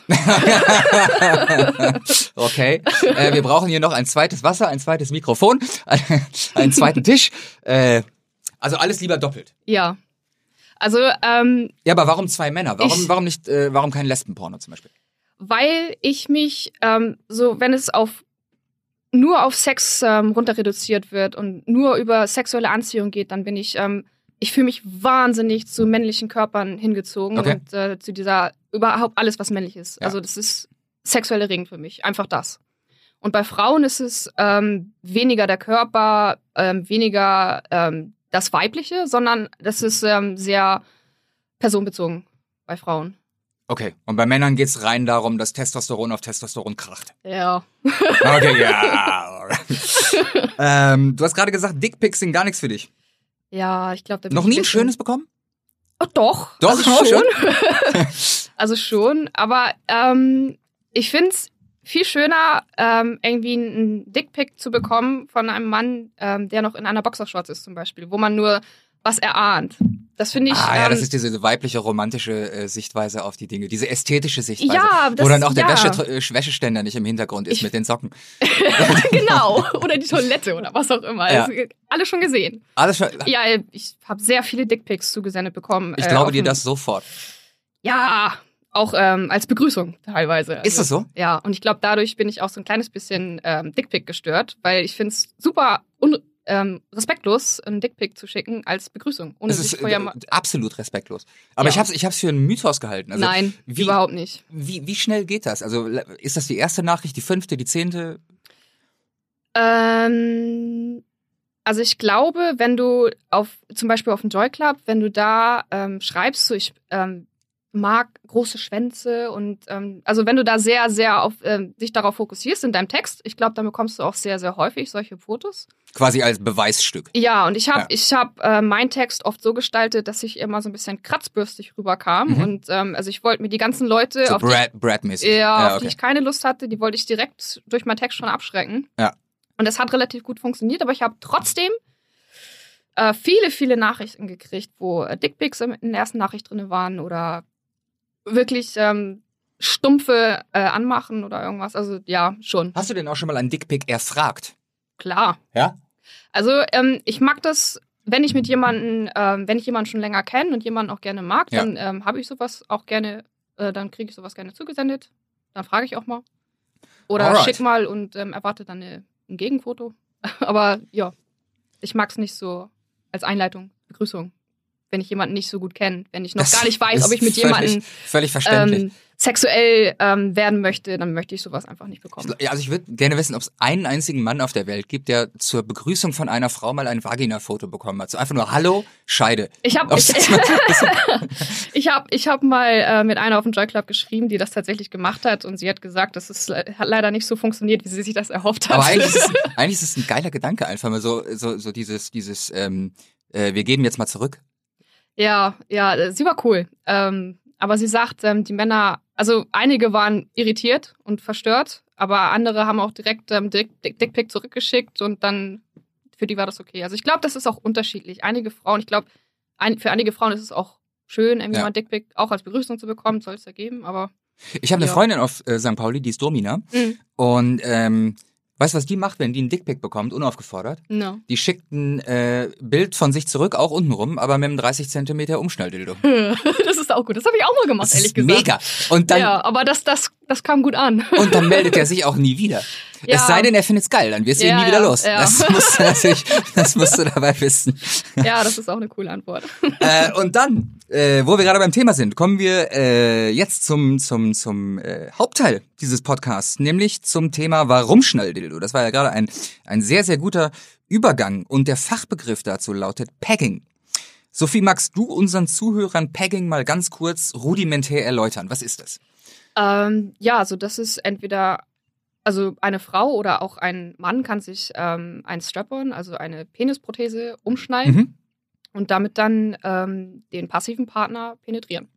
[SPEAKER 4] Okay. Wir brauchen hier noch ein zweites Wasser, ein zweites Mikrofon, einen zweiten Tisch. Also alles lieber doppelt.
[SPEAKER 1] Ja. Also,
[SPEAKER 4] ja, aber warum zwei Männer? Warum kein Lesbenporno zum Beispiel?
[SPEAKER 1] Weil ich mich, wenn es nur auf Sex runter reduziert wird und nur über sexuelle Anziehung geht, dann bin ich fühle mich wahnsinnig zu männlichen Körpern hingezogen und zu dieser, überhaupt alles, was männlich ist. Ja. Also das ist sexuelle Ring für mich, einfach das. Und bei Frauen ist es weniger der Körper, weniger das Weibliche, sondern das ist sehr personenbezogen bei Frauen.
[SPEAKER 4] Okay, und bei Männern geht's rein darum, dass Testosteron auf Testosteron kracht.
[SPEAKER 1] Ja.
[SPEAKER 4] Okay, ja. Du hast gerade gesagt, Dickpics sind gar nichts für dich.
[SPEAKER 1] Ja, ich glaube,
[SPEAKER 4] noch nie ein schönes bekommen?
[SPEAKER 1] Oh, doch.
[SPEAKER 4] Doch,
[SPEAKER 1] also
[SPEAKER 4] schon.
[SPEAKER 1] Also schon, aber ich find's viel schöner, irgendwie einen Dickpic zu bekommen von einem Mann, der noch in einer Boxershorts ist zum Beispiel, wo man nur was erahnt. Das finde ich.
[SPEAKER 4] Ja, das ist diese weibliche, romantische Sichtweise auf die Dinge, diese ästhetische Sichtweise.
[SPEAKER 1] Ja,
[SPEAKER 4] wo dann auch der Wäscheständer nicht im Hintergrund ist mit den Socken.
[SPEAKER 1] Genau, oder die Toilette oder was auch immer. Ja. Alles schon gesehen.
[SPEAKER 4] Alles schon.
[SPEAKER 1] Ja, ich habe sehr viele Dickpics zugesendet bekommen.
[SPEAKER 4] Ich glaube dir das sofort.
[SPEAKER 1] Ja, auch als Begrüßung teilweise.
[SPEAKER 4] Ist das so?
[SPEAKER 1] Ja, und ich glaube, dadurch bin ich auch so ein kleines bisschen Dickpic gestört, weil ich finde es super respektlos, einen Dickpic zu schicken als Begrüßung. Ohne
[SPEAKER 4] das ist absolut respektlos. Aber ich hab's für einen Mythos gehalten. Also
[SPEAKER 1] nein, überhaupt nicht.
[SPEAKER 4] Wie schnell geht das? Also ist das die erste Nachricht, die 5., die 10.?
[SPEAKER 1] Also ich glaube, wenn du zum Beispiel auf dem Joy Club, wenn du da schreibst, so ich mag große Schwänze und also wenn du da sehr, sehr auf dich darauf fokussierst in deinem Text, ich glaube, dann bekommst du auch sehr, sehr häufig solche Fotos.
[SPEAKER 4] Quasi als Beweisstück.
[SPEAKER 1] Ja, und ich habe meinen Text oft so gestaltet, dass ich immer so ein bisschen kratzbürstig rüberkam und also ich wollte mir die ganzen Leute,
[SPEAKER 4] so Brad-mäßig.
[SPEAKER 1] Auf die ich keine Lust hatte, die wollte ich direkt durch meinen Text schon abschrecken.
[SPEAKER 4] Ja.
[SPEAKER 1] Und das hat relativ gut funktioniert, aber ich habe trotzdem viele, viele Nachrichten gekriegt, wo Dickpics in der ersten Nachricht drin waren oder wirklich stumpfe Anmachen oder irgendwas. Also ja, schon.
[SPEAKER 4] Hast du denn auch schon mal einen Dickpic erfragt?
[SPEAKER 1] Klar.
[SPEAKER 4] Ja?
[SPEAKER 1] Also ich mag das, wenn ich jemanden schon länger kenne und jemanden auch gerne mag, dann habe ich sowas auch gerne, dann kriege ich sowas gerne zugesendet. Dann frage ich auch mal. Oder schick mal und erwarte dann ein Gegenfoto. Aber ja, ich mag es nicht so als Einleitung, Begrüßung. Wenn ich jemanden nicht so gut kenne, wenn ich noch gar nicht weiß, ob ich mit jemandem
[SPEAKER 4] völlig verständlich.
[SPEAKER 1] Sexuell werden möchte, dann möchte ich sowas einfach nicht bekommen.
[SPEAKER 4] Also ich würde gerne wissen, ob es einen einzigen Mann auf der Welt gibt, der zur Begrüßung von einer Frau mal ein Vagina-Foto bekommen hat. So einfach nur Hallo, Scheide.
[SPEAKER 1] Ich habe mal mit einer auf dem Joy Club geschrieben, die das tatsächlich gemacht hat und sie hat gesagt, hat leider nicht so funktioniert, wie sie sich das erhofft hat.
[SPEAKER 4] Aber eigentlich ist es ein geiler Gedanke einfach mal so dieses wir geben jetzt mal zurück.
[SPEAKER 1] Ja, sie war cool. Aber sie sagt, die Männer, also einige waren irritiert und verstört, aber andere haben auch direkt Dickpick zurückgeschickt und dann für die war das okay. Also ich glaube, das ist auch unterschiedlich. Einige Frauen, ich glaube, für einige Frauen ist es auch schön, irgendwie mal ein Dickpick auch als Begrüßung zu bekommen, soll es ja geben, aber...
[SPEAKER 4] Ich habe eine Freundin auf St. Pauli, die ist Domina. Und weißt du, was die macht, wenn die einen Dickpick bekommt, unaufgefordert?
[SPEAKER 1] No.
[SPEAKER 4] Die schickt ein Bild von sich zurück, auch untenrum, aber mit einem 30 Zentimeter Umschnalldildo.
[SPEAKER 1] Das ist auch gut. Das habe ich auch mal gemacht, ehrlich gesagt.
[SPEAKER 4] Mega. Und dann,
[SPEAKER 1] ja, aber das kam gut an.
[SPEAKER 4] Und dann meldet er sich auch nie wieder. Ja. Es sei denn, er findet's geil, dann wirst du ihn nie wieder los.
[SPEAKER 1] Ja.
[SPEAKER 4] Das musst du dabei wissen.
[SPEAKER 1] Ja, das ist auch eine coole Antwort.
[SPEAKER 4] Und dann, wo wir gerade beim Thema sind, kommen wir jetzt zum Hauptteil dieses Podcasts, nämlich zum Thema Warum Schnalldildo. Das war ja gerade ein sehr, sehr guter Übergang und der Fachbegriff dazu lautet Pegging. Sophie, magst du unseren Zuhörern Pegging mal ganz kurz rudimentär erläutern? Was ist das?
[SPEAKER 1] Ja, also das ist entweder, also eine Frau oder auch ein Mann kann sich ein Strap-on, also eine Penisprothese umschneiden und damit dann den passiven Partner penetrieren.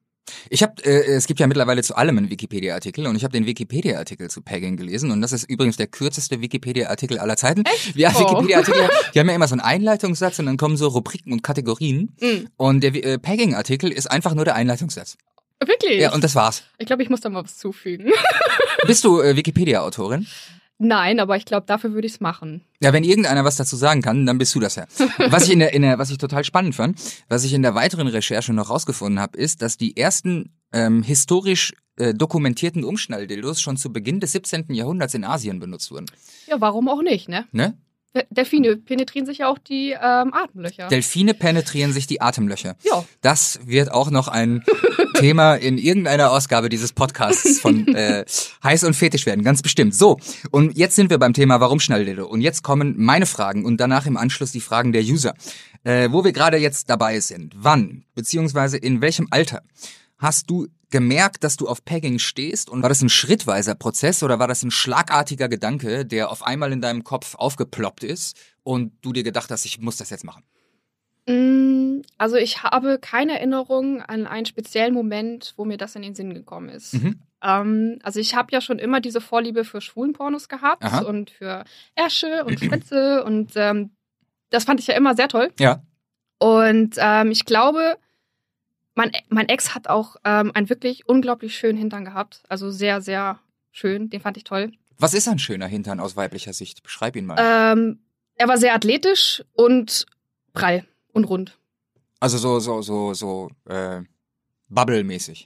[SPEAKER 4] Es gibt ja mittlerweile zu allem einen Wikipedia-Artikel und ich habe den Wikipedia-Artikel zu Pegging gelesen und das ist übrigens der kürzeste Wikipedia-Artikel aller Zeiten.
[SPEAKER 1] Echt?
[SPEAKER 4] Ja, Wikipedia-Artikel, die haben ja immer so einen Einleitungssatz und dann kommen so Rubriken und Kategorien und der Pegging-Artikel ist einfach nur der Einleitungssatz.
[SPEAKER 1] Wirklich?
[SPEAKER 4] Ja, und das war's.
[SPEAKER 1] Ich glaube, ich muss da mal was zufügen.
[SPEAKER 4] Bist du Wikipedia-Autorin?
[SPEAKER 1] Nein, aber ich glaube, dafür würde ich es machen.
[SPEAKER 4] Ja, wenn irgendeiner was dazu sagen kann, dann bist du das ja. Was ich total spannend fand, was ich in der weiteren Recherche noch rausgefunden habe, ist, dass die ersten historisch dokumentierten Umschnalldildos schon zu Beginn des 17. Jahrhunderts in Asien benutzt wurden.
[SPEAKER 1] Ja, warum auch nicht, ne?
[SPEAKER 4] Ne?
[SPEAKER 1] Delfine penetrieren sich ja auch die Atemlöcher.
[SPEAKER 4] Delfine penetrieren sich die Atemlöcher.
[SPEAKER 1] Ja.
[SPEAKER 4] Das wird auch noch ein Thema in irgendeiner Ausgabe dieses Podcasts von Heiß und Fetisch werden, ganz bestimmt. So, und jetzt sind wir beim Thema Warum Schnalldildo. Und jetzt kommen meine Fragen und danach im Anschluss die Fragen der User. Wo wir gerade jetzt dabei sind, wann, beziehungsweise in welchem Alter hast du gemerkt, dass du auf Pegging stehst? Und war das ein schrittweiser Prozess oder war das ein schlagartiger Gedanke, der auf einmal in deinem Kopf aufgeploppt ist und du dir gedacht hast, ich muss das jetzt machen?
[SPEAKER 1] Also ich habe keine Erinnerung an einen speziellen Moment, wo mir das in den Sinn gekommen ist. Also ich habe ja schon immer diese Vorliebe für Schwulenpornos gehabt und für Ärsche und Schwänze und das fand ich ja immer sehr toll.
[SPEAKER 4] Ja.
[SPEAKER 1] Und ich glaube, mein Ex hat auch einen wirklich unglaublich schönen Hintern gehabt. Also sehr, sehr schön. Den fand ich toll.
[SPEAKER 4] Was ist ein schöner Hintern aus weiblicher Sicht? Beschreib ihn mal.
[SPEAKER 1] Er war sehr athletisch und prall und rund.
[SPEAKER 4] Also so Bubble-mäßig.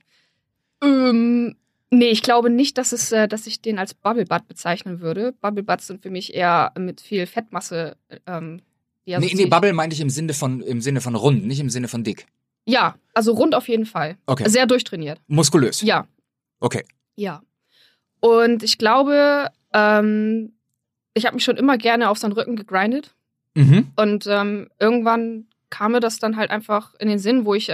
[SPEAKER 1] Nee, ich glaube nicht, dass ich den als Bubble Butt bezeichnen würde. Bubble Butts sind für mich eher mit viel Fettmasse.
[SPEAKER 4] Nee, Bubble meinte ich im Sinne von rund, nicht im Sinne von dick.
[SPEAKER 1] Ja, also rund auf jeden Fall.
[SPEAKER 4] Okay.
[SPEAKER 1] Sehr durchtrainiert.
[SPEAKER 4] Muskulös?
[SPEAKER 1] Ja.
[SPEAKER 4] Okay.
[SPEAKER 1] Ja. Und ich glaube, ich habe mich schon immer gerne auf seinen Rücken gegrindet. Und irgendwann kam mir das dann halt einfach in den Sinn, wo ich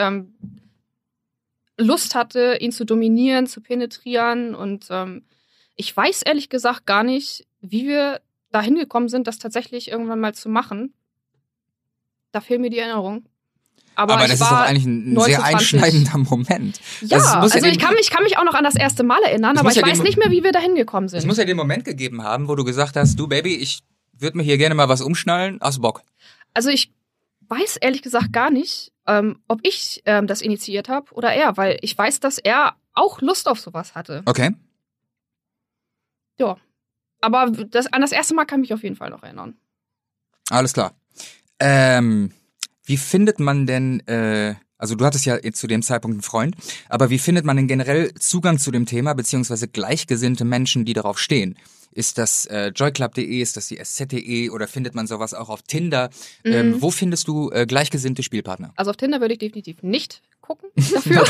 [SPEAKER 1] Lust hatte, ihn zu dominieren, zu penetrieren. Und ich weiß ehrlich gesagt gar nicht, wie wir da hingekommen sind, das tatsächlich irgendwann mal zu machen. Da fehlt mir die Erinnerung. Aber
[SPEAKER 4] das ist doch eigentlich ein sehr einschneidender Moment.
[SPEAKER 1] Ja, also ich kann mich auch noch an das erste Mal erinnern, aber ich weiß nicht mehr, wie wir da hingekommen sind.
[SPEAKER 4] Es muss ja den Moment gegeben haben, wo du gesagt hast, du Baby, ich würde mir hier gerne mal was umschnallen, hast du Bock?
[SPEAKER 1] Also ich weiß ehrlich gesagt gar nicht, ob ich das initiiert habe oder er, weil ich weiß, dass er auch Lust auf sowas hatte.
[SPEAKER 4] Okay.
[SPEAKER 1] Ja, aber an das erste Mal kann ich mich auf jeden Fall noch erinnern.
[SPEAKER 4] Alles klar. Wie findet man denn, also du hattest ja zu dem Zeitpunkt einen Freund, aber wie findet man denn generell Zugang zu dem Thema, beziehungsweise gleichgesinnte Menschen, die darauf stehen? Ist das joyclub.de, ist das die sz.de oder findet man sowas auch auf Tinder? Wo findest du gleichgesinnte Spielpartner?
[SPEAKER 1] Also auf Tinder würde ich definitiv nicht gucken dafür.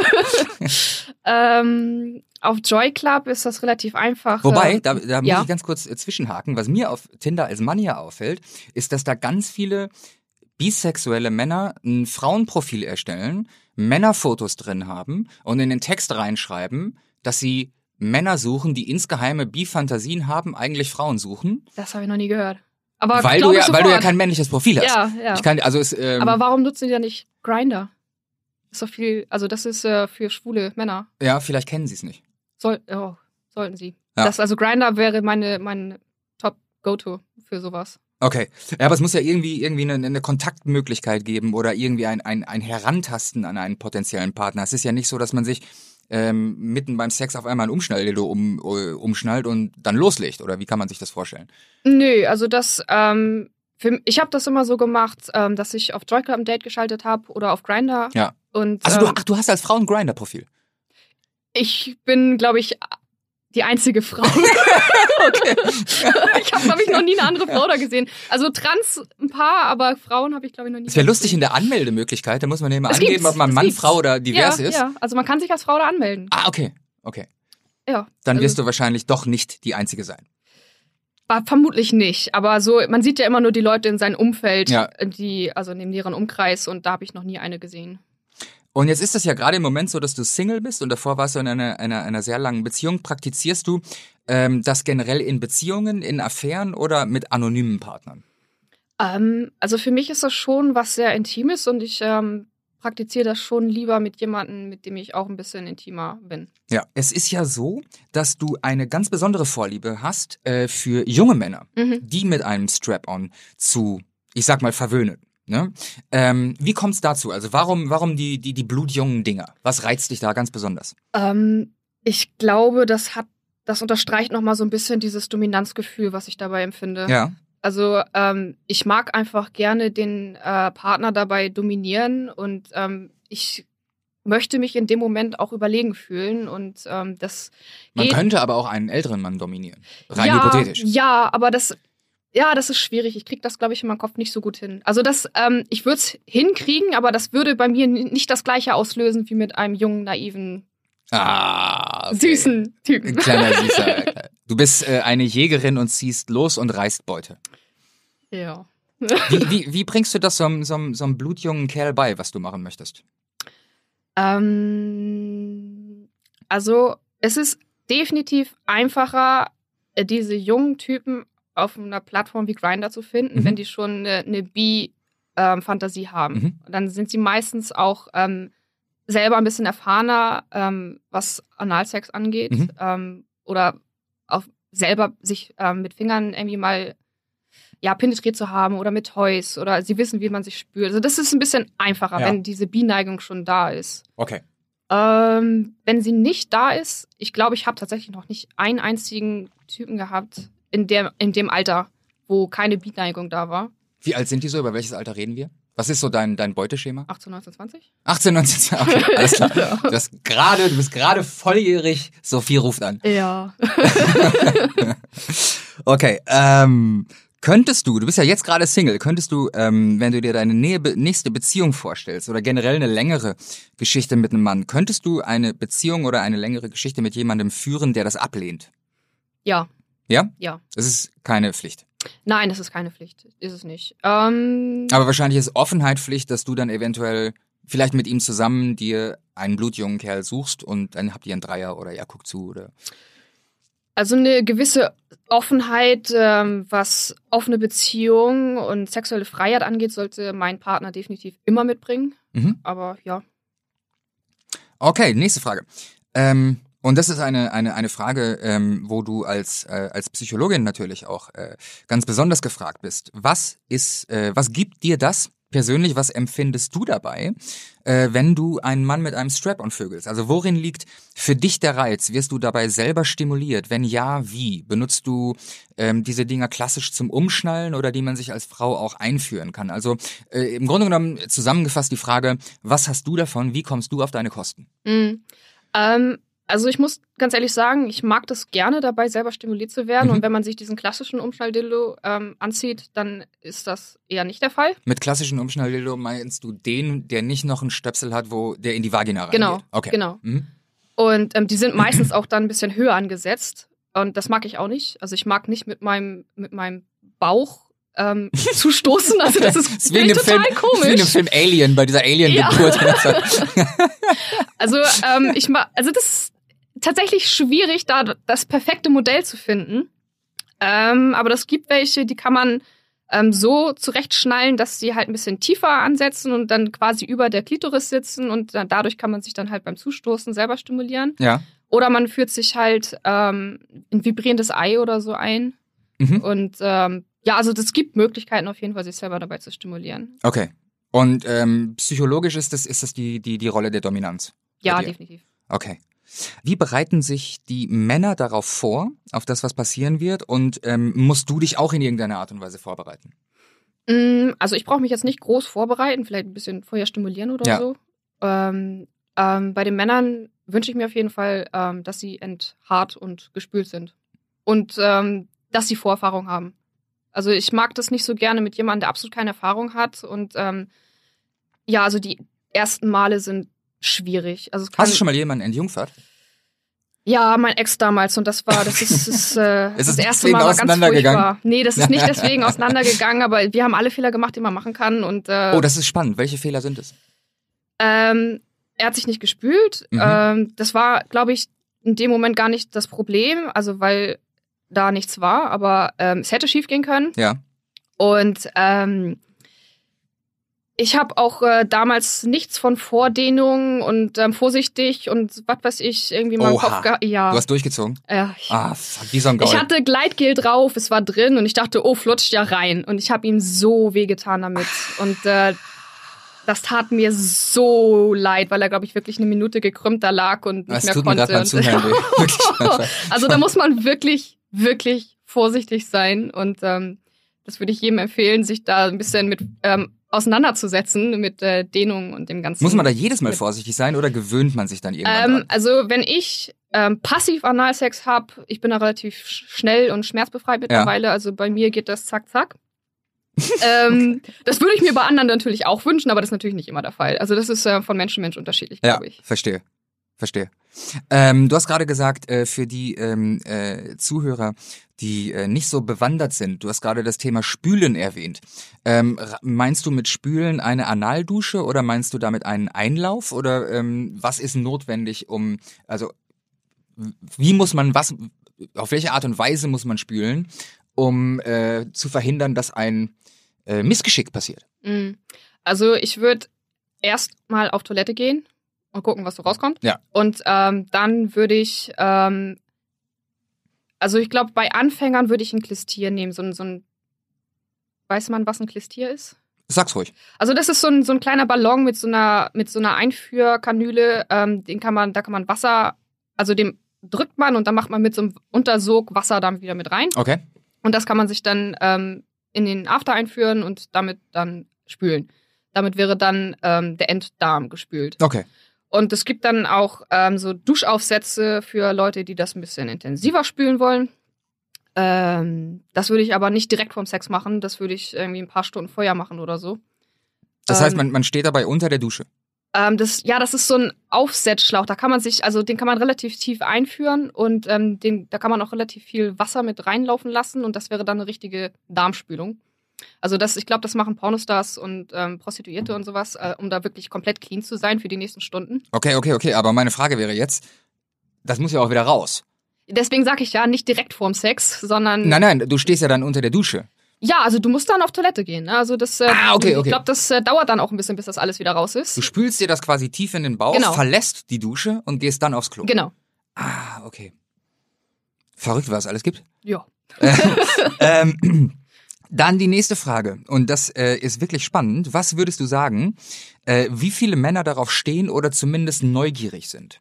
[SPEAKER 1] Auf Joyclub ist das relativ einfach.
[SPEAKER 4] Wobei, da muss ich ganz kurz zwischenhaken. Was mir auf Tinder als Mann hier auffällt, ist, dass da ganz viele bisexuelle Männer ein Frauenprofil erstellen, Männerfotos drin haben und in den Text reinschreiben, dass sie Männer suchen, die insgeheime Bi-Fantasien haben, eigentlich Frauen suchen.
[SPEAKER 1] Das habe ich noch nie gehört. Aber
[SPEAKER 4] weil du ja kein männliches Profil hast.
[SPEAKER 1] Ja.
[SPEAKER 4] Aber
[SPEAKER 1] warum nutzen die ja nicht Grindr? ist doch viel, also das ist für schwule Männer.
[SPEAKER 4] Ja, vielleicht kennen sie es nicht.
[SPEAKER 1] Sollten sie.
[SPEAKER 4] Ja.
[SPEAKER 1] Also Grindr wäre mein Top-Go-To für sowas.
[SPEAKER 4] Okay. Ja, aber es muss ja irgendwie eine Kontaktmöglichkeit geben oder irgendwie ein Herantasten an einen potenziellen Partner. Es ist ja nicht so, dass man sich mitten beim Sex auf einmal ein Umschnalldildo umschnallt und dann loslegt. Oder wie kann man sich das vorstellen?
[SPEAKER 1] Nö, also das, ich habe das immer so gemacht, dass ich auf Joy Club ein Date geschaltet habe oder auf Grindr.
[SPEAKER 4] Ja.
[SPEAKER 1] Und,
[SPEAKER 4] Also du hast als Frau ein Grindr-Profil?
[SPEAKER 1] Ich bin, glaube ich, die einzige Frau. Okay. Ich habe, glaube ich, noch nie eine andere Frau da gesehen. Also trans ein paar, aber Frauen habe ich, glaube ich, noch nie.
[SPEAKER 4] Es wäre lustig in der Anmeldemöglichkeit, da muss man ja mal angeben, ob man Mann, Frau oder divers ist.
[SPEAKER 1] Ja, also man kann sich als Frau da anmelden.
[SPEAKER 4] Ah, okay.
[SPEAKER 1] Ja.
[SPEAKER 4] Dann wirst du wahrscheinlich doch nicht die Einzige sein.
[SPEAKER 1] Vermutlich nicht, aber so, man sieht ja immer nur die Leute in seinem Umfeld,
[SPEAKER 4] Ja.
[SPEAKER 1] also in dem näheren Umkreis, und da habe ich noch nie eine gesehen.
[SPEAKER 4] Und jetzt ist das ja gerade im Moment so, dass du Single bist und davor warst du in einer sehr langen Beziehung. Praktizierst du das generell in Beziehungen, in Affären oder mit anonymen Partnern?
[SPEAKER 1] Also für mich ist das schon was sehr Intimes und ich praktiziere das schon lieber mit jemandem, mit dem ich auch ein bisschen intimer bin.
[SPEAKER 4] Ja, es ist ja so, dass du eine ganz besondere Vorliebe hast für junge Männer, die mit einem Strap-on ich sag mal, verwöhnen. Ne? Wie kommt's dazu? Also warum die blutjungen Dinger? Was reizt dich da ganz besonders?
[SPEAKER 1] Ich glaube, das unterstreicht nochmal so ein bisschen dieses Dominanzgefühl, was ich dabei empfinde.
[SPEAKER 4] Ja.
[SPEAKER 1] Also ich mag einfach gerne den Partner dabei dominieren und ich möchte mich in dem Moment auch überlegen fühlen und das
[SPEAKER 4] Man
[SPEAKER 1] geht.
[SPEAKER 4] könnte aber auch einen älteren Mann dominieren. Rein hypothetisch.
[SPEAKER 1] Ja, aber das ist schwierig. Ich krieg das, glaube ich, in meinem Kopf nicht so gut hin. Also ich würde es hinkriegen, aber das würde bei mir nicht das Gleiche auslösen wie mit einem jungen, naiven,
[SPEAKER 4] Okay.
[SPEAKER 1] süßen Typen.
[SPEAKER 4] Ein kleiner Süßer. Du bist eine Jägerin und ziehst los und reißt Beute.
[SPEAKER 1] Ja.
[SPEAKER 4] Wie bringst du das so einem blutjungen Kerl bei, was du machen möchtest?
[SPEAKER 1] Also es ist definitiv einfacher, diese jungen Typen auf einer Plattform wie Grindr zu finden, wenn die schon eine Bi-Fantasie haben. Dann sind sie meistens auch selber ein bisschen erfahrener, was Analsex angeht. Oder auch selber sich mit Fingern irgendwie mal penetriert zu haben oder mit Toys. Oder sie wissen, wie man sich spürt. Also das ist ein bisschen einfacher, wenn diese Bi-Neigung schon da ist.
[SPEAKER 4] Okay.
[SPEAKER 1] Wenn sie nicht da ist, ich glaube, ich habe tatsächlich noch nicht einen einzigen Typen gehabt in dem Alter, wo keine Bi-Neigung da war.
[SPEAKER 4] Wie alt sind die so? Über welches Alter reden wir? Was ist so dein Beuteschema?
[SPEAKER 1] 18, 19, 20?
[SPEAKER 4] 18, 19, 20. Okay, alles klar. Du bist gerade volljährig. Sophie ruft an.
[SPEAKER 1] Ja.
[SPEAKER 4] Okay, du bist ja jetzt gerade Single, könntest du, wenn du dir deine nächste Beziehung vorstellst oder generell eine längere Geschichte mit einem Mann, könntest du eine Beziehung oder eine längere Geschichte mit jemandem führen, der das ablehnt?
[SPEAKER 1] Ja.
[SPEAKER 4] Ja?
[SPEAKER 1] Ja.
[SPEAKER 4] Das ist keine Pflicht.
[SPEAKER 1] Nein, das ist keine Pflicht. Ist es nicht.
[SPEAKER 4] Aber wahrscheinlich ist Offenheit Pflicht, dass du dann eventuell vielleicht mit ihm zusammen dir einen blutjungen Kerl suchst und dann habt ihr einen Dreier oder er guckt zu oder...
[SPEAKER 1] Also eine gewisse Offenheit, was offene Beziehung und sexuelle Freiheit angeht, sollte mein Partner definitiv immer mitbringen. Aber ja.
[SPEAKER 4] Okay, nächste Frage. Und das ist eine Frage, wo du als Psychologin natürlich auch ganz besonders gefragt bist. Was gibt dir das persönlich, was empfindest du dabei, wenn du einen Mann mit einem Strap-on vögelst? Also worin liegt für dich der Reiz? Wirst du dabei selber stimuliert? Wenn ja, wie? Benutzt du diese Dinger klassisch zum Umschnallen oder die man sich als Frau auch einführen kann? Also im Grunde genommen zusammengefasst die Frage, was hast du davon? Wie kommst du auf deine Kosten?
[SPEAKER 1] Also ich muss ganz ehrlich sagen, ich mag das gerne, dabei selber stimuliert zu werden. Und wenn man sich diesen klassischen Umschnalldildo anzieht, dann ist das eher nicht der Fall.
[SPEAKER 4] Mit klassischen Umschnalldildo meinst du den, der nicht noch einen Stöpsel hat, der in die Vagina reingeht?
[SPEAKER 1] Genau,
[SPEAKER 4] okay.
[SPEAKER 1] Genau. Und die sind meistens auch dann ein bisschen höher angesetzt. Und das mag ich auch nicht. Also ich mag nicht mit meinem Bauch zu stoßen. Also das ist
[SPEAKER 4] wie
[SPEAKER 1] total komisch.
[SPEAKER 4] Wie in dem Film Alien, bei dieser Alien-Geburt. Ja.
[SPEAKER 1] Also das ist tatsächlich schwierig, da das perfekte Modell zu finden. Aber das gibt welche, die kann man so zurechtschnallen, dass sie halt ein bisschen tiefer ansetzen und dann quasi über der Klitoris sitzen und dadurch kann man sich dann halt beim Zustoßen selber stimulieren.
[SPEAKER 4] Ja.
[SPEAKER 1] Oder man führt sich halt ein vibrierendes Ei oder so ein.
[SPEAKER 4] Mhm.
[SPEAKER 1] Und also das gibt Möglichkeiten auf jeden Fall, sich selber dabei zu stimulieren.
[SPEAKER 4] Okay. Und psychologisch ist das die Rolle der Dominanz?
[SPEAKER 1] Ja,
[SPEAKER 4] bei dir?
[SPEAKER 1] definitiv.
[SPEAKER 4] Okay. Wie bereiten sich die Männer darauf vor, auf das, was passieren wird? Und musst du dich auch in irgendeiner Art und Weise vorbereiten?
[SPEAKER 1] Also ich brauche mich jetzt nicht groß vorbereiten, vielleicht ein bisschen vorher stimulieren oder so. Bei den Männern wünsche ich mir auf jeden Fall, dass sie enthaart und gespült sind. Und dass sie Vorerfahrung haben. Also ich mag das nicht so gerne mit jemandem, der absolut keine Erfahrung hat. Und also die ersten Male sind schwierig. Also
[SPEAKER 4] Hast du schon mal jemanden entjungfert?
[SPEAKER 1] Ja, mein Ex damals und das ist das erste Mal war ganz
[SPEAKER 4] auseinandergegangen?
[SPEAKER 1] furchtbar. Nee, das ist nicht deswegen auseinandergegangen, aber wir haben alle Fehler gemacht, die man machen kann und
[SPEAKER 4] Oh, das ist spannend. Welche Fehler sind es?
[SPEAKER 1] er hat sich nicht gespült. Das war, glaube ich, in dem Moment gar nicht das Problem, also weil da nichts war, aber es hätte schief gehen können.
[SPEAKER 4] Ja.
[SPEAKER 1] Und ich habe auch damals nichts von Vordehnung und vorsichtig und was weiß ich, irgendwie mal im Kopf gehabt. Ja.
[SPEAKER 4] Du hast durchgezogen? Fuck, wie so ein Gaul.
[SPEAKER 1] Ich hatte Gleitgel drauf, es war drin und ich dachte, oh, flutscht ja rein. Und ich habe ihm so wehgetan damit. Und das tat mir so leid, weil er, glaube ich, wirklich eine Minute gekrümmt da lag und nicht mehr
[SPEAKER 4] tut
[SPEAKER 1] konnte.
[SPEAKER 4] Mir grad beim Zuhören weh. Wirklich.
[SPEAKER 1] Also da muss man wirklich, wirklich vorsichtig sein. Und das würde ich jedem empfehlen, sich da ein bisschen mit auseinanderzusetzen mit Dehnung und dem Ganzen.
[SPEAKER 4] Muss man da jedes Mal vorsichtig sein oder gewöhnt man sich dann irgendwann dran?
[SPEAKER 1] Also wenn ich passiv Analsex habe, ich bin da relativ schnell und schmerzbefreit mittlerweile. Ja. Also bei mir geht das zack, zack. Das würde ich mir bei anderen natürlich auch wünschen, aber das ist natürlich nicht immer der Fall. Also das ist von Mensch zu Mensch unterschiedlich, glaube ich.
[SPEAKER 4] Verstehe. Du hast gerade gesagt, für die Zuhörer, die nicht so bewandert sind, du hast gerade das Thema Spülen erwähnt. Meinst du mit Spülen eine Analdusche oder meinst du damit einen Einlauf? Oder was ist notwendig, auf welche Art und Weise muss man spülen, um zu verhindern, dass ein Missgeschick passiert?
[SPEAKER 1] Also ich würde erst mal auf Toilette gehen und gucken, was so rauskommt.
[SPEAKER 4] Ja.
[SPEAKER 1] Und dann würde ich, also ich glaube, bei Anfängern würde ich ein Klistier nehmen. So ein, weiß man, was ein Klistier ist?
[SPEAKER 4] Sag's ruhig.
[SPEAKER 1] Also das ist so ein kleiner Ballon mit so einer Einführkanüle. Da kann man Wasser, also dem drückt man und dann macht man mit so einem Untersog Wasser dann wieder mit rein.
[SPEAKER 4] Okay.
[SPEAKER 1] Und das kann man sich dann in den After einführen und damit dann spülen. Damit wäre dann der Enddarm gespült.
[SPEAKER 4] Okay.
[SPEAKER 1] Und es gibt dann auch so Duschaufsätze für Leute, die das ein bisschen intensiver spülen wollen. Das würde ich aber nicht direkt vorm Sex machen. Das würde ich irgendwie ein paar Stunden vorher machen oder so.
[SPEAKER 4] Das heißt, man steht dabei unter der Dusche?
[SPEAKER 1] Das ist so ein Aufsetzschlauch. Da kann man den kann man relativ tief einführen und da kann man auch relativ viel Wasser mit reinlaufen lassen und das wäre dann eine richtige Darmspülung. Also ich glaube, das machen Pornostars und Prostituierte und sowas, um da wirklich komplett clean zu sein für die nächsten Stunden.
[SPEAKER 4] Okay, aber meine Frage wäre jetzt, das muss ja auch wieder raus.
[SPEAKER 1] Deswegen sage ich ja, nicht direkt vorm Sex, sondern...
[SPEAKER 4] Nein, du stehst ja dann unter der Dusche.
[SPEAKER 1] Ja, also du musst dann auf Toilette gehen. Ne? Also das,
[SPEAKER 4] okay.
[SPEAKER 1] Ich glaube, das dauert dann auch ein bisschen, bis das alles wieder raus ist.
[SPEAKER 4] Du spülst dir das quasi tief in den Bauch,
[SPEAKER 1] genau.
[SPEAKER 4] Verlässt die Dusche und gehst dann aufs Klo.
[SPEAKER 1] Genau.
[SPEAKER 4] Okay. Verrückt, was es alles gibt.
[SPEAKER 1] Ja.
[SPEAKER 4] Dann die nächste Frage. Und das ist wirklich spannend. Was würdest du sagen, wie viele Männer darauf stehen oder zumindest neugierig sind?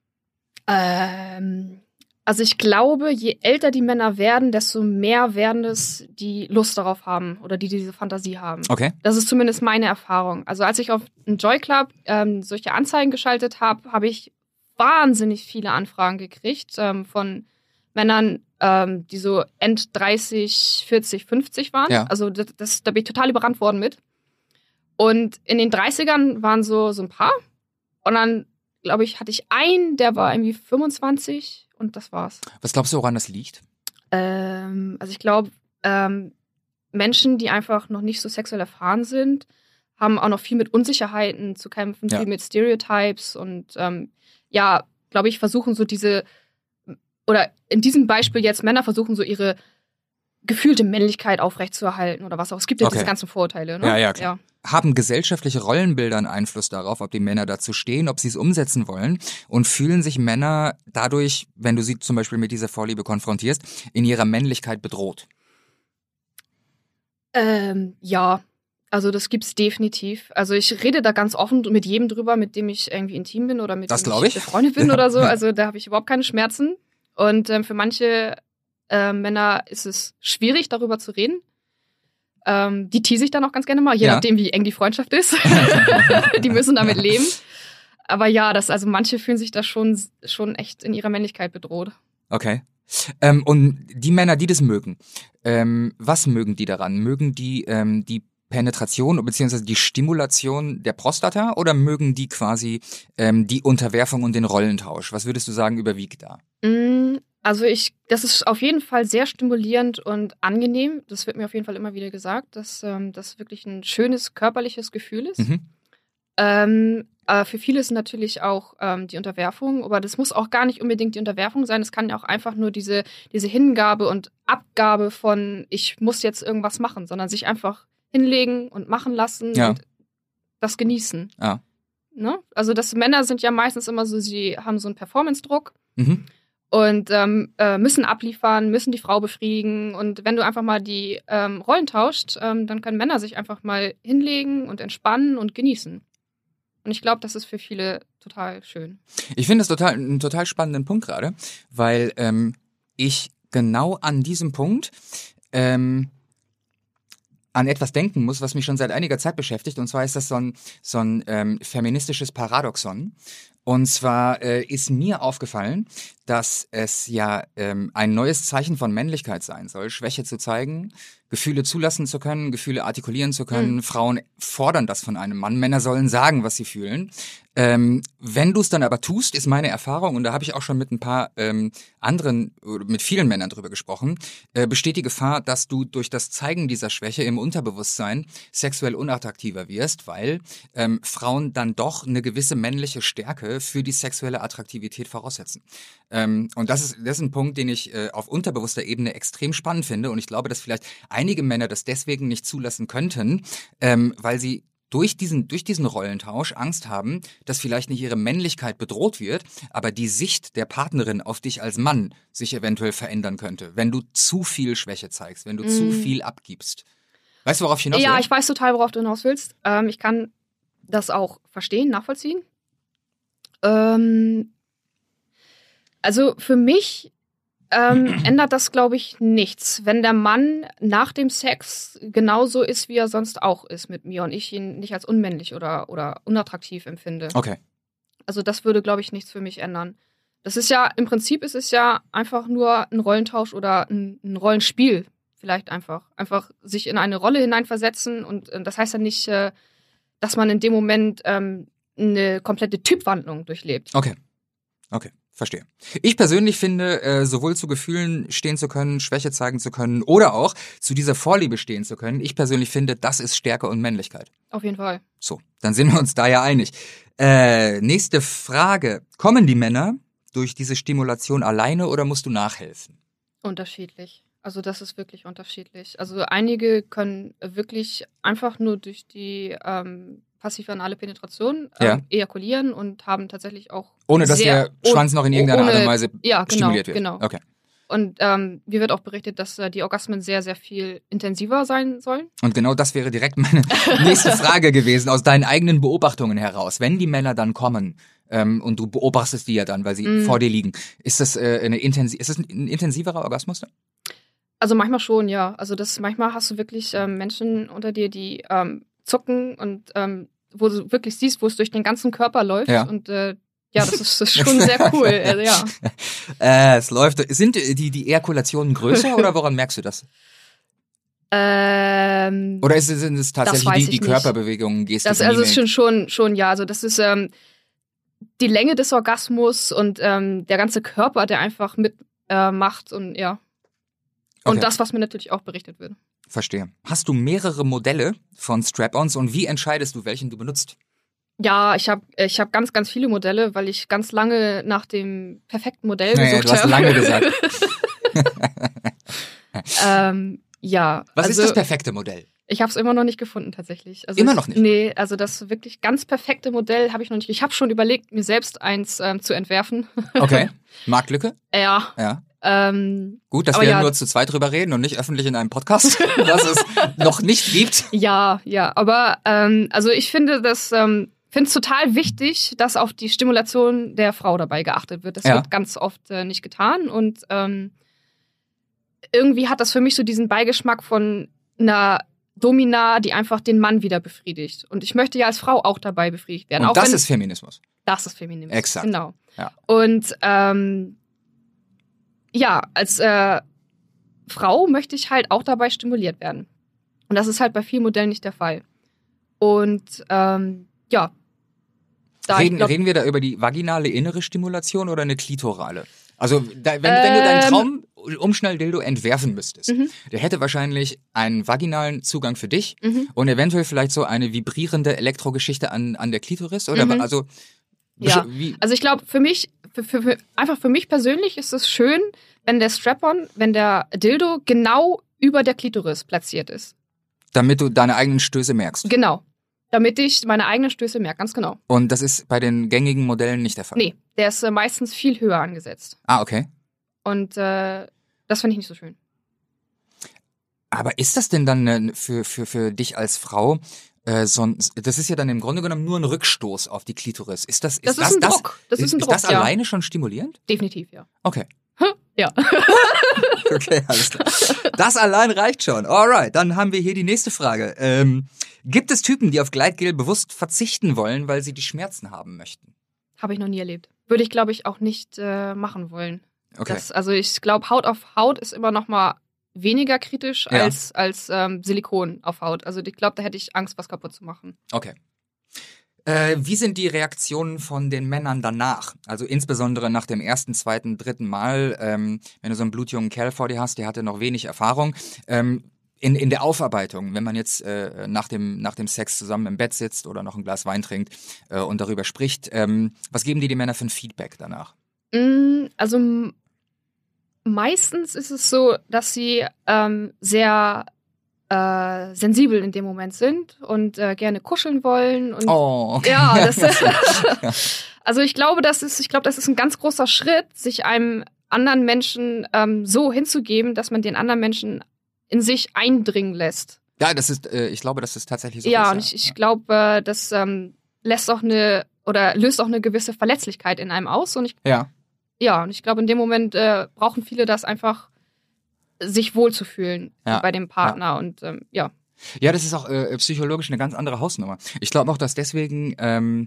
[SPEAKER 1] Also ich glaube, je älter die Männer werden, desto mehr werden es, die Lust darauf haben oder die diese Fantasie haben.
[SPEAKER 4] Okay.
[SPEAKER 1] Das ist zumindest meine Erfahrung. Also als ich auf einen Joy Club solche Anzeigen geschaltet habe, habe ich wahnsinnig viele Anfragen gekriegt von Männern, die so End 30, 40, 50 waren.
[SPEAKER 4] Ja.
[SPEAKER 1] Also da bin ich total überrannt worden mit. Und in den 30ern waren so ein paar. Und dann, glaube ich, hatte ich einen, der war irgendwie 25 und das war's.
[SPEAKER 4] Was glaubst du, woran das liegt?
[SPEAKER 1] Also ich glaube, Menschen, die einfach noch nicht so sexuell erfahren sind, haben auch noch viel mit Unsicherheiten zu kämpfen, viel mit Stereotypes und glaube ich, versuchen so oder in diesem Beispiel jetzt Männer versuchen so ihre gefühlte Männlichkeit aufrechtzuerhalten oder was auch. Es gibt ja diese ganzen Vorurteile. Ne?
[SPEAKER 4] Ja, klar. Ja. Haben gesellschaftliche Rollenbilder einen Einfluss darauf, ob die Männer dazu stehen, ob sie es umsetzen wollen? Und fühlen sich Männer dadurch, wenn du sie zum Beispiel mit dieser Vorliebe konfrontierst, in ihrer Männlichkeit bedroht?
[SPEAKER 1] Ja, also das gibt's definitiv. Also ich rede da ganz offen mit jedem drüber, mit dem ich irgendwie intim bin oder mit dem ich befreundet bin oder so. Also da habe ich überhaupt keine Schmerzen. Und für manche Männer ist es schwierig, darüber zu reden. Die tease ich dann auch ganz gerne mal, je nachdem, wie eng die Freundschaft ist. Die müssen damit leben. Aber ja, also manche fühlen sich da schon echt in ihrer Männlichkeit bedroht.
[SPEAKER 4] Okay. Und die Männer, die das mögen, was mögen die daran? Mögen die die Penetration bzw. die Stimulation der Prostata oder mögen die quasi die Unterwerfung und den Rollentausch? Was würdest du sagen, überwiegt da?
[SPEAKER 1] Also das ist auf jeden Fall sehr stimulierend und angenehm. Das wird mir auf jeden Fall immer wieder gesagt, dass das wirklich ein schönes körperliches Gefühl ist. Für viele ist natürlich auch die Unterwerfung, aber das muss auch gar nicht unbedingt die Unterwerfung sein. Es kann ja auch einfach nur diese Hingabe und Abgabe von ich muss jetzt irgendwas machen, sondern sich einfach hinlegen und machen lassen und das genießen.
[SPEAKER 4] Ja.
[SPEAKER 1] Ne? Also Männer sind ja meistens immer so, sie haben so einen Performance-Druck und müssen abliefern, müssen die Frau befriedigen. Und wenn du einfach mal die Rollen tauscht, dann können Männer sich einfach mal hinlegen und entspannen und genießen. Und ich glaube, das ist für viele total schön.
[SPEAKER 4] Ich finde das einen total spannenden Punkt gerade, weil ich genau an diesem Punkt an etwas denken muss, was mich schon seit einiger Zeit beschäftigt. Und zwar ist das so ein feministisches Paradoxon. Und zwar ist mir aufgefallen, dass es ja ein neues Zeichen von Männlichkeit sein soll, Schwäche zu zeigen, Gefühle zulassen zu können, Gefühle artikulieren zu können. Frauen fordern das von einem Mann. Männer sollen sagen, was sie fühlen. Wenn du es dann aber tust, ist meine Erfahrung, und da habe ich auch schon mit ein paar mit vielen Männern drüber gesprochen, besteht die Gefahr, dass du durch das Zeigen dieser Schwäche im Unterbewusstsein sexuell unattraktiver wirst, weil Frauen dann doch eine gewisse männliche Stärke für die sexuelle Attraktivität voraussetzen. Und das ist ein Punkt, den ich auf unterbewusster Ebene extrem spannend finde, und ich glaube, dass vielleicht einige Männer das deswegen nicht zulassen könnten, weil sie durch diesen Rollentausch Angst haben, dass vielleicht nicht ihre Männlichkeit bedroht wird, aber die Sicht der Partnerin auf dich als Mann sich eventuell verändern könnte, wenn du zu viel Schwäche zeigst, wenn du zu viel abgibst. Weißt du, worauf ich hinaus will?
[SPEAKER 1] Ja, ich weiß total, worauf du hinaus willst. Ich kann das auch verstehen, nachvollziehen. Also für mich ändert das, glaube ich, nichts, wenn der Mann nach dem Sex genauso ist, wie er sonst auch ist mit mir und ich ihn nicht als unmännlich oder unattraktiv empfinde.
[SPEAKER 4] Okay.
[SPEAKER 1] Also das würde, glaube ich, nichts für mich ändern. Das ist ja, im Prinzip ist es ja einfach nur ein Rollentausch oder ein Rollenspiel vielleicht einfach. Einfach sich in eine Rolle hineinversetzen, und das heißt ja nicht, dass man in dem Moment eine komplette Typwandlung durchlebt.
[SPEAKER 4] Okay. Verstehe. Ich persönlich finde, sowohl zu Gefühlen stehen zu können, Schwäche zeigen zu können oder auch zu dieser Vorliebe stehen zu können, ich persönlich finde, das ist Stärke und Männlichkeit.
[SPEAKER 1] Auf jeden Fall.
[SPEAKER 4] So, dann sind wir uns da ja einig. Nächste Frage. Kommen die Männer durch diese Stimulation alleine oder musst du nachhelfen?
[SPEAKER 1] Unterschiedlich. Also das ist wirklich unterschiedlich. Also einige können wirklich einfach nur durch die passiv-anale Penetration ejakulieren und haben tatsächlich auch
[SPEAKER 4] ohne dass der Schwanz noch in irgendeiner Art und Weise stimuliert wird.
[SPEAKER 1] Genau.
[SPEAKER 4] Okay.
[SPEAKER 1] Und mir wird auch berichtet, dass die Orgasmen sehr, sehr viel intensiver sein sollen.
[SPEAKER 4] Und genau das wäre direkt meine nächste Frage gewesen, aus deinen eigenen Beobachtungen heraus. Wenn die Männer dann kommen und du beobachtest die ja dann, weil sie vor dir liegen, ist das ein intensiverer Orgasmus dann?
[SPEAKER 1] Also manchmal schon, ja. Also manchmal hast du wirklich Menschen unter dir, die zucken und wo du wirklich siehst, wo es durch den ganzen Körper läuft.
[SPEAKER 4] Ja.
[SPEAKER 1] Und das ist schon sehr cool. Also, ja.
[SPEAKER 4] Es läuft. Sind die Ejakulationen größer oder woran merkst du das? Oder sind es tatsächlich die Körperbewegungen, Gestik?
[SPEAKER 1] Das also ist schon, ja. Also das ist die Länge des Orgasmus und der ganze Körper, der einfach mitmacht und ja. Und das, was mir natürlich auch berichtet wird.
[SPEAKER 4] Verstehe. Hast du mehrere Modelle von Strap-ons und wie entscheidest du, welchen du benutzt?
[SPEAKER 1] Ja, ich hab ganz, ganz viele Modelle, weil ich ganz lange nach dem perfekten Modell gesucht habe.
[SPEAKER 4] Du hast lange gesagt.
[SPEAKER 1] Ja.
[SPEAKER 4] Was
[SPEAKER 1] also,
[SPEAKER 4] ist das perfekte Modell?
[SPEAKER 1] Ich habe es immer noch nicht gefunden, tatsächlich. Also
[SPEAKER 4] Immer noch nicht?
[SPEAKER 1] Nee, also das wirklich ganz perfekte Modell habe ich noch nicht. Ich habe schon überlegt, mir selbst eins zu entwerfen.
[SPEAKER 4] Okay. Marktlücke?
[SPEAKER 1] Ja.
[SPEAKER 4] Ja. Gut, dass
[SPEAKER 1] aber
[SPEAKER 4] wir
[SPEAKER 1] ja.
[SPEAKER 4] nur zu zweit drüber reden und nicht öffentlich in einem Podcast, was es noch nicht gibt.
[SPEAKER 1] Ja, aber also ich finde das finde es total wichtig, dass auf die Stimulation der Frau dabei geachtet wird. Das wird ganz oft nicht getan und irgendwie hat das für mich so diesen Beigeschmack von einer Domina, die einfach den Mann wieder befriedigt. Und ich möchte ja als Frau auch dabei befriedigt werden.
[SPEAKER 4] Und
[SPEAKER 1] auch
[SPEAKER 4] das ist Feminismus.
[SPEAKER 1] Das ist Feminismus.
[SPEAKER 4] Exakt.
[SPEAKER 1] Genau.
[SPEAKER 4] Ja.
[SPEAKER 1] Und als Frau möchte ich halt auch dabei stimuliert werden. Und das ist halt bei vielen Modellen nicht der Fall. Und
[SPEAKER 4] Reden wir da über die vaginale innere Stimulation oder eine klitorale? Also wenn du deinen Traum-Umschnall-Dildo entwerfen müsstest, der hätte wahrscheinlich einen vaginalen Zugang für dich und eventuell vielleicht so eine vibrierende Elektrogeschichte an der Klitoris oder also
[SPEAKER 1] ja. Also ich glaube, für mich persönlich ist es schön, wenn der Strap-on, wenn der Dildo genau über der Klitoris platziert ist.
[SPEAKER 4] Damit du deine eigenen Stöße merkst.
[SPEAKER 1] Genau. Damit ich meine eigenen Stöße merke, ganz genau.
[SPEAKER 4] Und das ist bei den gängigen Modellen nicht der Fall?
[SPEAKER 1] Nee, der ist meistens viel höher angesetzt.
[SPEAKER 4] Ah, okay.
[SPEAKER 1] Und das finde ich nicht so schön.
[SPEAKER 4] Aber ist das denn dann für dich als Frau das ist ja dann im Grunde genommen nur ein Rückstoß auf die Klitoris. Ist das
[SPEAKER 1] ein Druck. Ist
[SPEAKER 4] das alleine schon stimulierend?
[SPEAKER 1] Definitiv, ja.
[SPEAKER 4] Okay.
[SPEAKER 1] Ja.
[SPEAKER 4] Okay, alles klar. Das allein reicht schon. Alright, dann haben wir hier die nächste Frage. Gibt es Typen, die auf Gleitgel bewusst verzichten wollen, weil sie die Schmerzen haben möchten?
[SPEAKER 1] Habe ich noch nie erlebt. Würde ich, glaube ich, auch nicht machen wollen.
[SPEAKER 4] Okay.
[SPEAKER 1] Also ich glaube, Haut auf Haut ist immer noch mal weniger kritisch als Silikon auf Haut. Also ich glaube, da hätte ich Angst, was kaputt zu machen.
[SPEAKER 4] Okay. Wie sind die Reaktionen von den Männern danach? Also insbesondere nach dem ersten, zweiten, dritten Mal, wenn du so einen blutjungen Kerl vor dir hast, der hatte noch wenig Erfahrung. In der Aufarbeitung, wenn man jetzt nach dem Sex zusammen im Bett sitzt oder noch ein Glas Wein trinkt und darüber spricht, was geben die Männer für ein Feedback danach?
[SPEAKER 1] Also meistens ist es so, dass sie sehr sensibel in dem Moment sind und gerne kuscheln wollen. Und
[SPEAKER 4] okay.
[SPEAKER 1] Ja, also ich glaube, das ist ein ganz großer Schritt, sich einem anderen Menschen so hinzugeben, dass man den anderen Menschen in sich eindringen lässt.
[SPEAKER 4] Ja, ich glaube, das ist tatsächlich so.
[SPEAKER 1] Ja, und ich glaube, das löst auch eine gewisse Verletzlichkeit in einem aus. Und und ich glaube, in dem Moment brauchen viele das einfach, sich wohlzufühlen bei dem Partner. Ja. Und ja,
[SPEAKER 4] das ist auch psychologisch eine ganz andere Hausnummer. Ich glaube auch, dass deswegen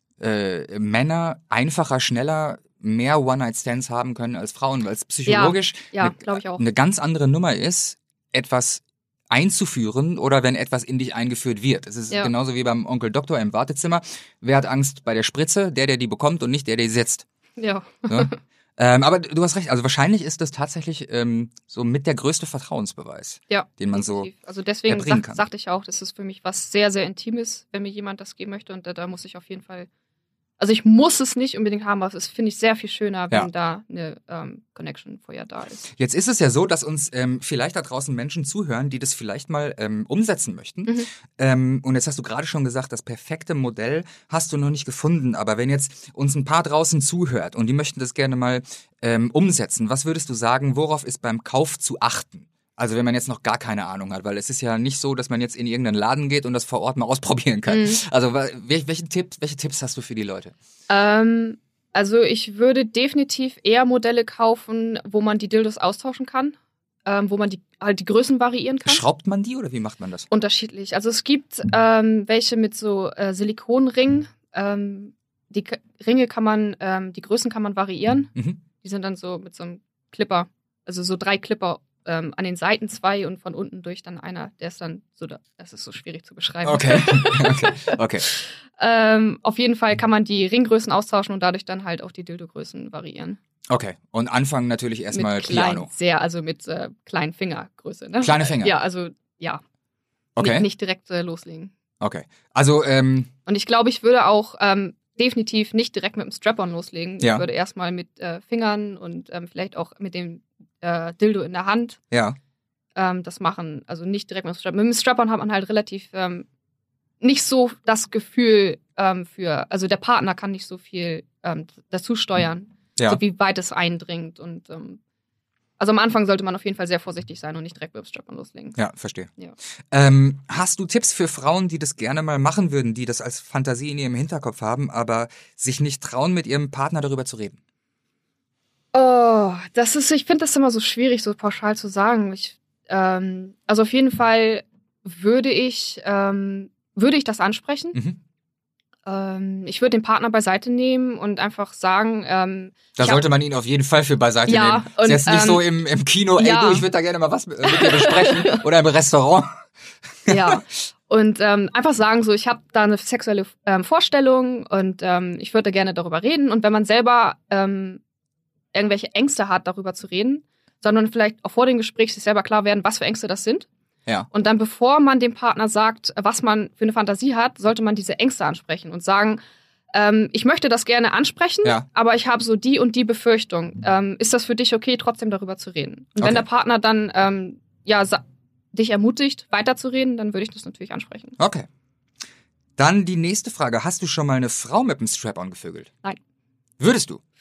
[SPEAKER 4] Männer einfacher, schneller mehr One-Night-Stands haben können als Frauen, weil es psychologisch eine ganz andere Nummer ist, etwas einzuführen oder wenn etwas in dich eingeführt wird. Es ist genauso wie beim Onkel Doktor im Wartezimmer. Wer hat Angst bei der Spritze? Der die bekommt und nicht der die setzt.
[SPEAKER 1] Ja.
[SPEAKER 4] So? Aber du hast recht, also wahrscheinlich ist das tatsächlich so mit der größte Vertrauensbeweis, den man
[SPEAKER 1] definitiv.
[SPEAKER 4] so
[SPEAKER 1] Also deswegen
[SPEAKER 4] erbringen kann.
[SPEAKER 1] sagte ich auch, das ist für mich was sehr, sehr Intimes, wenn mir jemand das geben möchte und da muss ich auf jeden Fall, also ich muss es nicht unbedingt haben, aber es finde ich sehr viel schöner, wenn da eine Connection vorher da ist.
[SPEAKER 4] Jetzt ist es ja so, dass uns vielleicht da draußen Menschen zuhören, die das vielleicht mal umsetzen möchten. Und jetzt hast du gerade schon gesagt, das perfekte Modell hast du noch nicht gefunden. Aber wenn jetzt uns ein paar draußen zuhört und die möchten das gerne mal umsetzen, was würdest du sagen, worauf ist beim Kauf zu achten? Also wenn man jetzt noch gar keine Ahnung hat, weil es ist ja nicht so, dass man jetzt in irgendeinen Laden geht und das vor Ort mal ausprobieren kann. Also welche Tipps hast du für die Leute?
[SPEAKER 1] Also ich würde definitiv eher Modelle kaufen, wo man die Dildos austauschen kann, wo man die Größen variieren kann.
[SPEAKER 4] Schraubt man die oder wie macht man das?
[SPEAKER 1] Unterschiedlich. Also es gibt welche mit so Silikonringen. Die Ringe kann man, die Größen kann man variieren. Die sind dann so mit so einem Clipper, also so 3 Clipper an den Seiten 2 und von unten durch dann einer. Der ist dann so, das ist so schwierig zu beschreiben.
[SPEAKER 4] Okay.
[SPEAKER 1] Auf jeden Fall kann man die Ringgrößen austauschen und dadurch dann halt auch die Dildo-Größen variieren.
[SPEAKER 4] Okay, und anfangen natürlich erstmal Piano.
[SPEAKER 1] Also mit kleinen Fingergröße. Ne?
[SPEAKER 4] Kleine Finger?
[SPEAKER 1] Ja, also ja.
[SPEAKER 4] Okay.
[SPEAKER 1] Nicht direkt loslegen.
[SPEAKER 4] Okay, also
[SPEAKER 1] und ich glaube, ich würde auch definitiv nicht direkt mit dem Strap-on loslegen.
[SPEAKER 4] Ja.
[SPEAKER 1] Ich würde erstmal mit Fingern und vielleicht auch mit dem Dildo in der Hand das machen. Also nicht direkt mit dem Strap-on. Mit dem Strap-on hat man halt relativ nicht so das Gefühl also der Partner kann nicht so viel dazu steuern,
[SPEAKER 2] Ja.
[SPEAKER 1] so wie weit es eindringt. Und also am Anfang sollte man auf jeden Fall sehr vorsichtig sein und nicht direkt mit dem Strap-on loslegen.
[SPEAKER 2] Ja, verstehe.
[SPEAKER 1] Ja.
[SPEAKER 2] Hast du Tipps für Frauen, die das gerne mal machen würden, die das als Fantasie in ihrem Hinterkopf haben, aber sich nicht trauen, mit ihrem Partner darüber zu reden?
[SPEAKER 1] Oh, ich finde das immer so schwierig, so pauschal zu sagen. Also auf jeden Fall würde ich das ansprechen.
[SPEAKER 2] Mhm.
[SPEAKER 1] Ich würde den Partner beiseite nehmen und einfach sagen,
[SPEAKER 2] Da sollte man ihn auf jeden Fall für beiseite
[SPEAKER 1] Ja,
[SPEAKER 2] nehmen.
[SPEAKER 1] und,
[SPEAKER 2] Ist jetzt nicht so im Kino, ey
[SPEAKER 1] ja.
[SPEAKER 2] du, ich würde da gerne mal was mit dir besprechen oder im Restaurant.
[SPEAKER 1] ja. Und einfach sagen, so, ich habe da eine sexuelle Vorstellung und ich würde gerne darüber reden. Und wenn man selber irgendwelche Ängste hat, darüber zu reden, sondern vielleicht auch vor dem Gespräch sich selber klar werden, was für Ängste das sind.
[SPEAKER 2] Ja.
[SPEAKER 1] Und dann, bevor man dem Partner sagt, was man für eine Fantasie hat, sollte man diese Ängste ansprechen und sagen, ich möchte das gerne ansprechen,
[SPEAKER 2] Ja.
[SPEAKER 1] aber ich habe so die und die Befürchtung. Ist das für dich okay, trotzdem darüber zu reden? Und
[SPEAKER 2] Okay.
[SPEAKER 1] wenn der Partner dann dich ermutigt, weiterzureden, dann würde ich das natürlich ansprechen.
[SPEAKER 2] Okay. Dann die nächste Frage. Hast du schon mal eine Frau mit dem Strap-on gevögelt?
[SPEAKER 1] Nein.
[SPEAKER 2] Würdest du?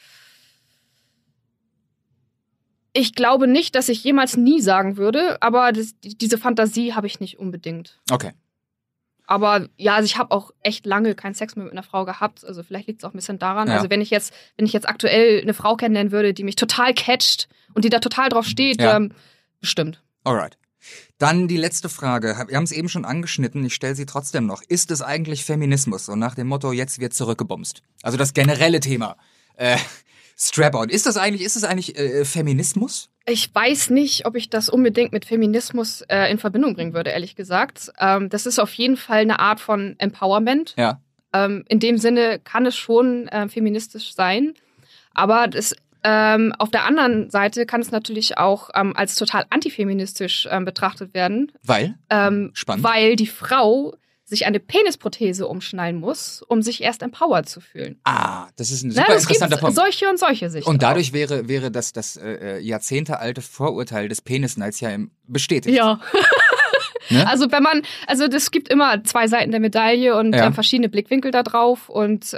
[SPEAKER 1] Ich glaube nicht, dass ich jemals nie sagen würde, aber diese Fantasie habe ich nicht unbedingt.
[SPEAKER 2] Okay.
[SPEAKER 1] Aber ja, also ich habe auch echt lange keinen Sex mehr mit einer Frau gehabt. Also vielleicht liegt es auch ein bisschen daran.
[SPEAKER 2] Ja.
[SPEAKER 1] Also wenn ich jetzt aktuell eine Frau kennenlernen würde, die mich total catcht und die da total drauf steht,
[SPEAKER 2] Ja.
[SPEAKER 1] bestimmt.
[SPEAKER 2] Alright. Dann die letzte Frage. Wir haben es eben schon angeschnitten, ich stelle sie trotzdem noch. Ist es eigentlich Feminismus? So nach dem Motto, jetzt wird zurückgebumst. Also das generelle Thema. Strap-on. Ist es eigentlich Feminismus?
[SPEAKER 1] Ich weiß nicht, ob ich das unbedingt mit Feminismus in Verbindung bringen würde, ehrlich gesagt. Das ist auf jeden Fall eine Art von Empowerment.
[SPEAKER 2] Ja.
[SPEAKER 1] In dem Sinne kann es schon feministisch sein. Aber auf der anderen Seite kann es natürlich auch als total antifeministisch betrachtet werden.
[SPEAKER 2] Weil? Spannend.
[SPEAKER 1] Weil die Frau sich eine Penisprothese umschnallen muss, um sich erst empowered zu fühlen.
[SPEAKER 2] Das ist ein super
[SPEAKER 1] Es
[SPEAKER 2] interessanter
[SPEAKER 1] gibt
[SPEAKER 2] Punkt.
[SPEAKER 1] solche und solche Sichten.
[SPEAKER 2] Und dadurch wäre das jahrzehntealte Vorurteil des Penisneids ja bestätigt.
[SPEAKER 1] Ja.
[SPEAKER 2] Ne?
[SPEAKER 1] Also das gibt immer zwei Seiten der Medaille und
[SPEAKER 2] Ja.
[SPEAKER 1] verschiedene Blickwinkel da drauf. Und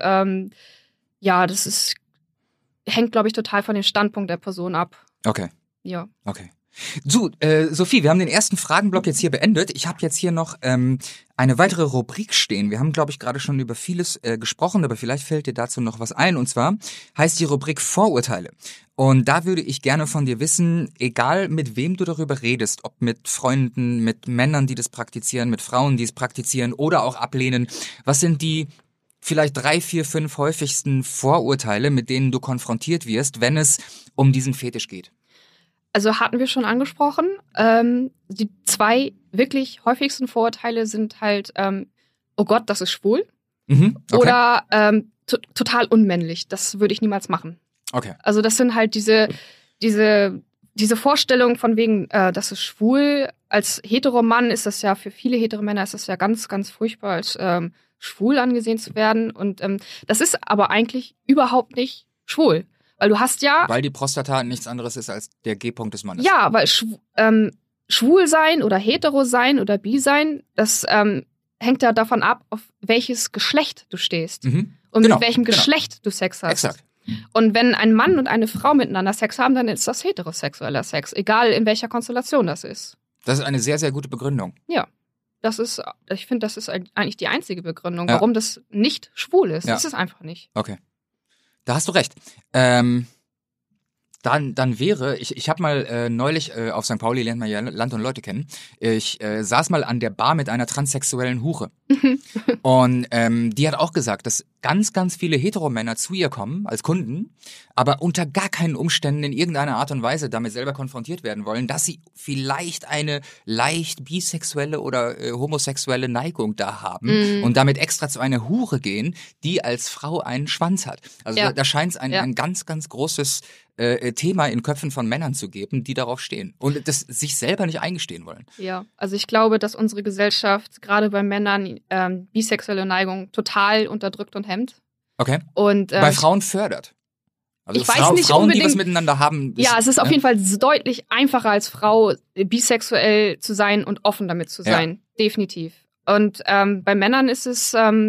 [SPEAKER 1] das hängt, glaube ich, total von dem Standpunkt der Person ab.
[SPEAKER 2] Okay.
[SPEAKER 1] Ja.
[SPEAKER 2] Okay. So, Sophie, wir haben den ersten Fragenblock jetzt hier beendet. Ich habe jetzt hier noch eine weitere Rubrik stehen. Wir haben, glaube ich, gerade schon über vieles gesprochen, aber vielleicht fällt dir dazu noch was ein. Und zwar heißt die Rubrik Vorurteile. Und da würde ich gerne von dir wissen, egal mit wem du darüber redest, ob mit Freunden, mit Männern, die das praktizieren, mit Frauen, die es praktizieren oder auch ablehnen, was sind die vielleicht 3, 4, 5 häufigsten Vorurteile, mit denen du konfrontiert wirst, wenn es um diesen Fetisch geht?
[SPEAKER 1] Also hatten wir schon angesprochen. Die 2 wirklich häufigsten Vorurteile sind halt, oh Gott, das ist schwul.
[SPEAKER 2] Mhm, okay.
[SPEAKER 1] Oder total unmännlich. Das würde ich niemals machen.
[SPEAKER 2] Okay.
[SPEAKER 1] Also das sind halt diese Vorstellung von wegen, das ist schwul. Als Heteromann ist das ja, für viele Heteromänner ist das ja ganz, ganz furchtbar, als schwul angesehen zu werden. Und das ist aber eigentlich überhaupt nicht schwul. Weil du hast ja...
[SPEAKER 2] Weil die Prostata nichts anderes ist als der G-Punkt des Mannes.
[SPEAKER 1] Ja, weil schwul sein oder hetero sein oder bi sein, das hängt ja davon ab, auf welches Geschlecht du stehst.
[SPEAKER 2] Mhm.
[SPEAKER 1] Und
[SPEAKER 2] Genau,
[SPEAKER 1] mit welchem
[SPEAKER 2] genau.
[SPEAKER 1] Geschlecht du Sex hast.
[SPEAKER 2] Exakt.
[SPEAKER 1] Und wenn ein Mann und eine Frau miteinander Sex haben, dann ist das heterosexueller Sex. Egal in welcher Konstellation das ist.
[SPEAKER 2] Das ist eine sehr, sehr gute Begründung.
[SPEAKER 1] Ja. Ich finde, das ist eigentlich die einzige Begründung,
[SPEAKER 2] Ja.
[SPEAKER 1] warum das nicht schwul ist.
[SPEAKER 2] Ja.
[SPEAKER 1] Das ist einfach nicht.
[SPEAKER 2] Okay. Da hast du recht. Dann wäre, ich habe mal neulich auf St. Pauli lernt man ja Land und Leute kennen. Ich saß mal an der Bar mit einer transsexuellen Hure. Und die hat auch gesagt, dass ganz, ganz viele Heteromänner zu ihr kommen als Kunden, aber unter gar keinen Umständen in irgendeiner Art und Weise damit selber konfrontiert werden wollen, dass sie vielleicht eine leicht bisexuelle oder homosexuelle Neigung da haben und damit extra zu einer Hure gehen, die als Frau einen Schwanz hat. Also
[SPEAKER 1] Ja.
[SPEAKER 2] da scheint es ein
[SPEAKER 1] Ja.
[SPEAKER 2] ganz, ganz großes Thema in Köpfen von Männern zu geben, die darauf stehen und das sich selber nicht eingestehen wollen.
[SPEAKER 1] Ja, also ich glaube, dass unsere Gesellschaft gerade bei Männern bisexuelle Neigung total unterdrückt und hemmt.
[SPEAKER 2] Okay?
[SPEAKER 1] Und
[SPEAKER 2] Bei Frauen fördert.
[SPEAKER 4] Also
[SPEAKER 1] ich weiß nicht
[SPEAKER 4] Frauen,
[SPEAKER 1] unbedingt,
[SPEAKER 4] die was miteinander haben.
[SPEAKER 1] Ja, es ist auf jeden Fall deutlich einfacher als Frau, bisexuell zu sein und offen damit zu sein. Definitiv. Und bei Männern ist es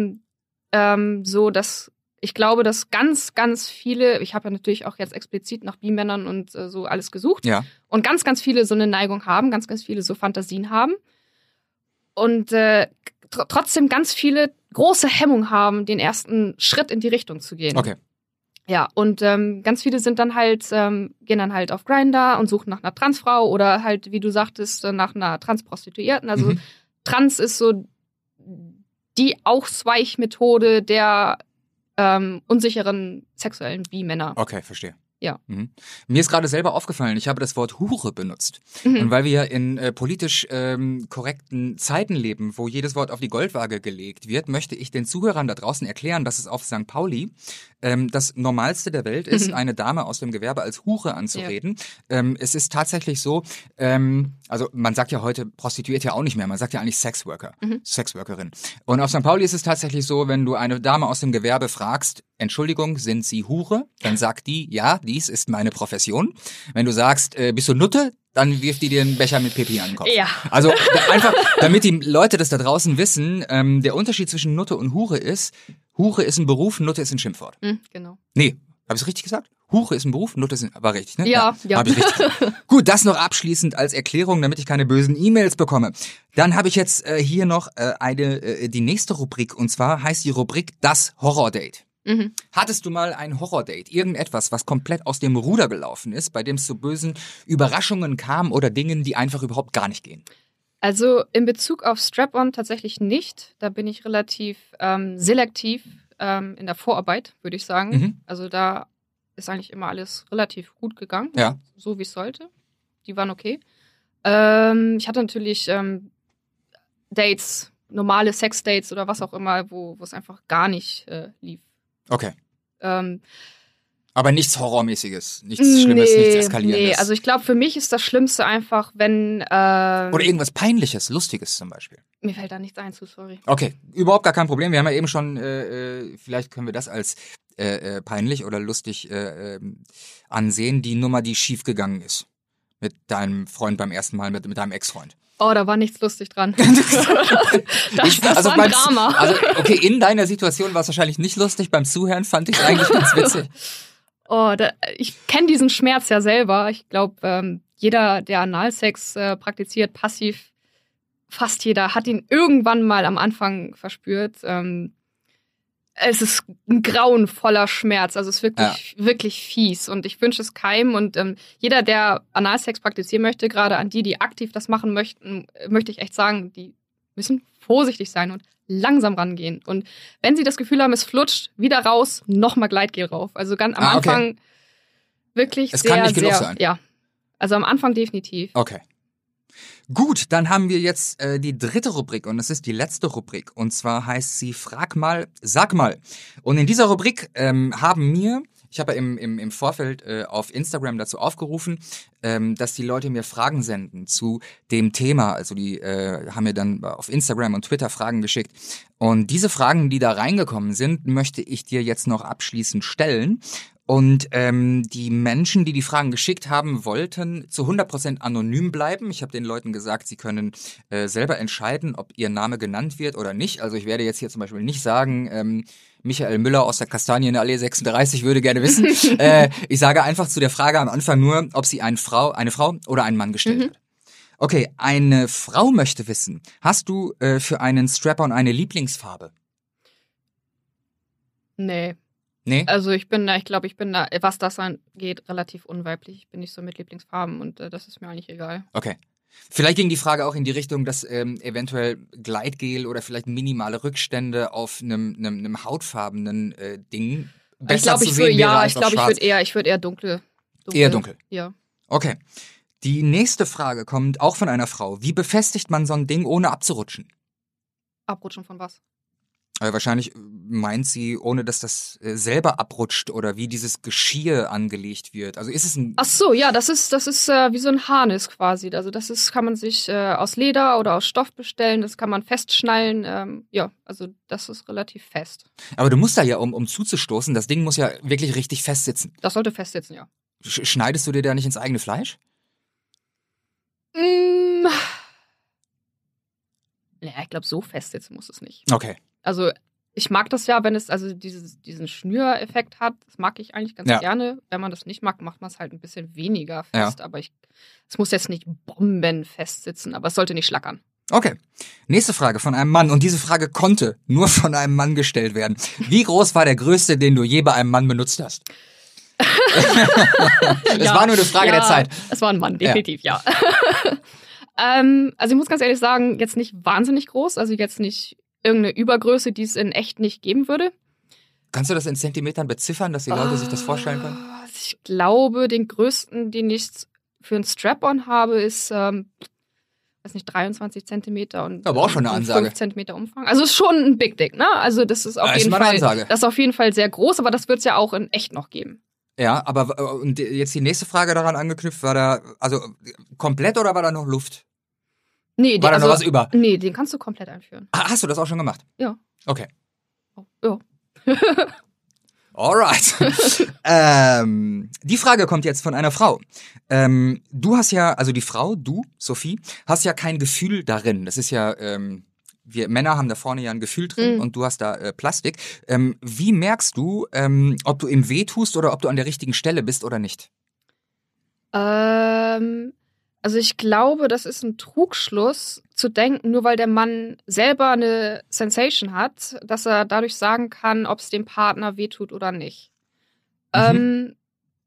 [SPEAKER 1] so, dass ich glaube, dass ganz, ganz viele, ich habe ja natürlich auch jetzt explizit nach Bi-Männern und so alles gesucht.
[SPEAKER 4] Ja.
[SPEAKER 1] Und ganz, ganz viele so eine Neigung haben, ganz, ganz viele so Fantasien haben. Und trotzdem ganz viele große Hemmung haben, den ersten Schritt in die Richtung zu gehen.
[SPEAKER 4] Okay.
[SPEAKER 1] Ja, und ganz viele sind dann halt, gehen dann halt auf Grindr und suchen nach einer Transfrau oder halt, wie du sagtest, nach einer Transprostituierten. Also Trans ist so die Ausweichmethode der unsicheren sexuellen Bi-Männer.
[SPEAKER 4] Okay, verstehe.
[SPEAKER 1] Ja.
[SPEAKER 4] Mhm. Mir ist gerade selber aufgefallen, ich habe das Wort Hure benutzt. Und weil wir ja in politisch korrekten Zeiten leben, wo jedes Wort auf die Goldwaage gelegt wird, möchte ich den Zuhörern da draußen erklären, dass es auf St. Pauli das Normalste der Welt ist, eine Dame aus dem Gewerbe als Hure anzureden. Ja. Es ist tatsächlich so, also man sagt ja heute Prostituiert ja auch nicht mehr, man sagt ja eigentlich Sexworker, Sexworkerin. Und auf St. Pauli ist es tatsächlich so, wenn du eine Dame aus dem Gewerbe fragst, Entschuldigung, sind Sie Hure? Dann sagt die, ja, dies ist meine Profession. Wenn du sagst, bist du Nutte? Dann wirft die dir einen Becher mit Pipi an den Kopf.
[SPEAKER 1] Ja.
[SPEAKER 4] Also einfach, damit die Leute das da draußen wissen, der Unterschied zwischen Nutte und Hure ist ein Beruf, Nutte ist ein Schimpfwort.
[SPEAKER 1] Genau.
[SPEAKER 4] Nee, habe ich es richtig gesagt? Hure ist ein Beruf, Nutte ist war richtig, ne?
[SPEAKER 1] Ja.
[SPEAKER 4] Hab ich richtig. Gut, das noch abschließend als Erklärung, damit ich keine bösen E-Mails bekomme. Dann habe ich jetzt hier noch die nächste Rubrik, und zwar heißt die Rubrik Das Horror-Date. Hattest du mal ein Horror-Date? Irgendetwas, was komplett aus dem Ruder gelaufen ist, bei dem es zu bösen Überraschungen kam oder Dingen, die einfach überhaupt gar nicht gehen?
[SPEAKER 1] Also in Bezug auf Strap-on tatsächlich nicht. Da bin ich relativ selektiv in der Vorarbeit, würde ich sagen. Also da ist eigentlich immer alles relativ gut gegangen.
[SPEAKER 4] Ja.
[SPEAKER 1] So wie es sollte. Die waren okay. Ich hatte natürlich Dates, normale Sex-Dates oder was auch immer, wo es einfach gar nicht lief.
[SPEAKER 4] Okay.
[SPEAKER 1] Ähm,
[SPEAKER 4] Aber nichts Horrormäßiges, nichts Schlimmes, nichts Eskalierendes.
[SPEAKER 1] Nee, also ich glaube, für mich ist das Schlimmste einfach, wenn
[SPEAKER 4] oder irgendwas Peinliches, Lustiges zum Beispiel.
[SPEAKER 1] Mir fällt da nichts ein zu, sorry.
[SPEAKER 4] Okay, überhaupt gar kein Problem. Wir haben ja eben schon, vielleicht können wir das als peinlich oder lustig ansehen, die Nummer, die schief gegangen ist. Mit deinem Freund beim ersten Mal, mit deinem Ex-Freund.
[SPEAKER 1] Oh, da war nichts lustig dran. das war ein Drama.
[SPEAKER 4] Also, okay, in deiner Situation war es wahrscheinlich nicht lustig. Beim Zuhören fand ich es eigentlich ganz witzig.
[SPEAKER 1] Oh, ich kenne diesen Schmerz ja selber. Ich glaube, jeder, der Analsex praktiziert, passiv, fast jeder, hat ihn irgendwann mal am Anfang verspürt. Es ist ein grauenvoller Schmerz. Also es ist wirklich, wirklich fies. Und ich wünsche es keinem. Und jeder, der Analsex praktizieren möchte, gerade an die aktiv das machen möchten, möchte ich echt sagen, die müssen vorsichtig sein und langsam rangehen. Und wenn sie das Gefühl haben, es flutscht, wieder raus, nochmal Gleitgel rauf. Also ganz am Anfang wirklich
[SPEAKER 4] es
[SPEAKER 1] sehr,
[SPEAKER 4] kann nicht genug
[SPEAKER 1] sehr,
[SPEAKER 4] sein.
[SPEAKER 1] Ja. Also am Anfang definitiv.
[SPEAKER 4] Okay. Gut, dann haben wir jetzt die dritte Rubrik und das ist die letzte Rubrik. Und zwar heißt sie Frag mal, sag mal. Und in dieser Rubrik ich habe ja im Vorfeld auf Instagram dazu aufgerufen, dass die Leute mir Fragen senden zu dem Thema. Also die haben mir dann auf Instagram und Twitter Fragen geschickt. Und diese Fragen, die da reingekommen sind, möchte ich dir jetzt noch abschließend stellen. Und die Menschen, die Fragen geschickt haben, wollten zu 100% anonym bleiben. Ich habe den Leuten gesagt, sie können selber entscheiden, ob ihr Name genannt wird oder nicht. Also ich werde jetzt hier zum Beispiel nicht sagen, Michael Müller aus der Kastanienallee 36 würde gerne wissen. Ich sage einfach zu der Frage am Anfang nur, ob sie eine Frau oder einen Mann gestellt hat. Okay, eine Frau möchte wissen, hast du für einen Strap-on eine Lieblingsfarbe?
[SPEAKER 1] Nee.
[SPEAKER 4] Nee?
[SPEAKER 1] Also ich glaube, ich bin da, was das angeht, relativ unweiblich. Ich bin nicht so mit Lieblingsfarben und das ist mir eigentlich egal.
[SPEAKER 4] Okay. Vielleicht ging die Frage auch in die Richtung, dass eventuell Gleitgel oder vielleicht minimale Rückstände auf einem hautfarbenen Ding besser zu sehen wäre als auf schwarz.
[SPEAKER 1] Ich würde eher dunkel.
[SPEAKER 4] Eher dunkel?
[SPEAKER 1] Ja.
[SPEAKER 4] Okay. Die nächste Frage kommt auch von einer Frau. Wie befestigt man so ein Ding, ohne abzurutschen?
[SPEAKER 1] Abrutschen von was?
[SPEAKER 4] Wahrscheinlich meint sie, ohne dass das selber abrutscht oder wie dieses Geschirr angelegt wird. Also ist es ein...
[SPEAKER 1] Ach so, ja, das ist wie so ein Harness quasi. Also kann man sich aus Leder oder aus Stoff bestellen, das kann man festschnallen. Ja, also das ist relativ fest.
[SPEAKER 4] Aber du musst da ja, um zuzustoßen, das Ding muss ja wirklich richtig fest sitzen.
[SPEAKER 1] Das sollte fest sitzen, ja.
[SPEAKER 4] Schneidest du dir da nicht ins eigene Fleisch?
[SPEAKER 1] Ja, ich glaube, so fest sitzen muss es nicht.
[SPEAKER 4] Okay.
[SPEAKER 1] Also ich mag das ja, wenn es also diesen Schnüreffekt hat. Das mag ich eigentlich ganz gerne. Wenn man das nicht mag, macht man es halt ein bisschen weniger fest. Ja. Aber es muss jetzt nicht bombenfest sitzen, aber es sollte nicht schlackern.
[SPEAKER 4] Okay. Nächste Frage von einem Mann. Und diese Frage konnte nur von einem Mann gestellt werden. Wie groß war der größte, den du je bei einem Mann benutzt hast? Es war nur eine Frage der Zeit.
[SPEAKER 1] Es war ein Mann, definitiv, ja. Also ich muss ganz ehrlich sagen, jetzt nicht wahnsinnig groß. Also jetzt nicht irgendeine Übergröße, die es in echt nicht geben würde.
[SPEAKER 4] Kannst du das in Zentimetern beziffern, dass die Leute sich das vorstellen können?
[SPEAKER 1] Ich glaube, den größten, den ich für einen Strap-on habe, ist, weiß nicht, 23 Zentimeter und
[SPEAKER 4] aber auch schon eine Ansage.
[SPEAKER 1] 5 Zentimeter Umfang. Also ist schon ein Big Dick, ne? Also das ist auf jeden Fall sehr groß, aber das wird es ja auch in echt noch geben.
[SPEAKER 4] Ja, aber und jetzt die nächste Frage daran angeknüpft, war da, also komplett oder war da noch Luft?
[SPEAKER 1] Nee,
[SPEAKER 4] war da noch was über?
[SPEAKER 1] Nee, den kannst du komplett einführen.
[SPEAKER 4] Hast du das auch schon gemacht?
[SPEAKER 1] Ja.
[SPEAKER 4] Okay.
[SPEAKER 1] Ja.
[SPEAKER 4] Alright. Die Frage kommt jetzt von einer Frau. Du hast ja, also die Frau, du, Sophie, hast ja kein Gefühl darin. Das ist ja, wir Männer haben da vorne ja ein Gefühl drin und du hast da Plastik. Wie merkst du, ob du ihm weh tust oder ob du an der richtigen Stelle bist oder nicht?
[SPEAKER 1] Also ich glaube, das ist ein Trugschluss zu denken, nur weil der Mann selber eine Sensation hat, dass er dadurch sagen kann, ob es dem Partner wehtut oder nicht. Also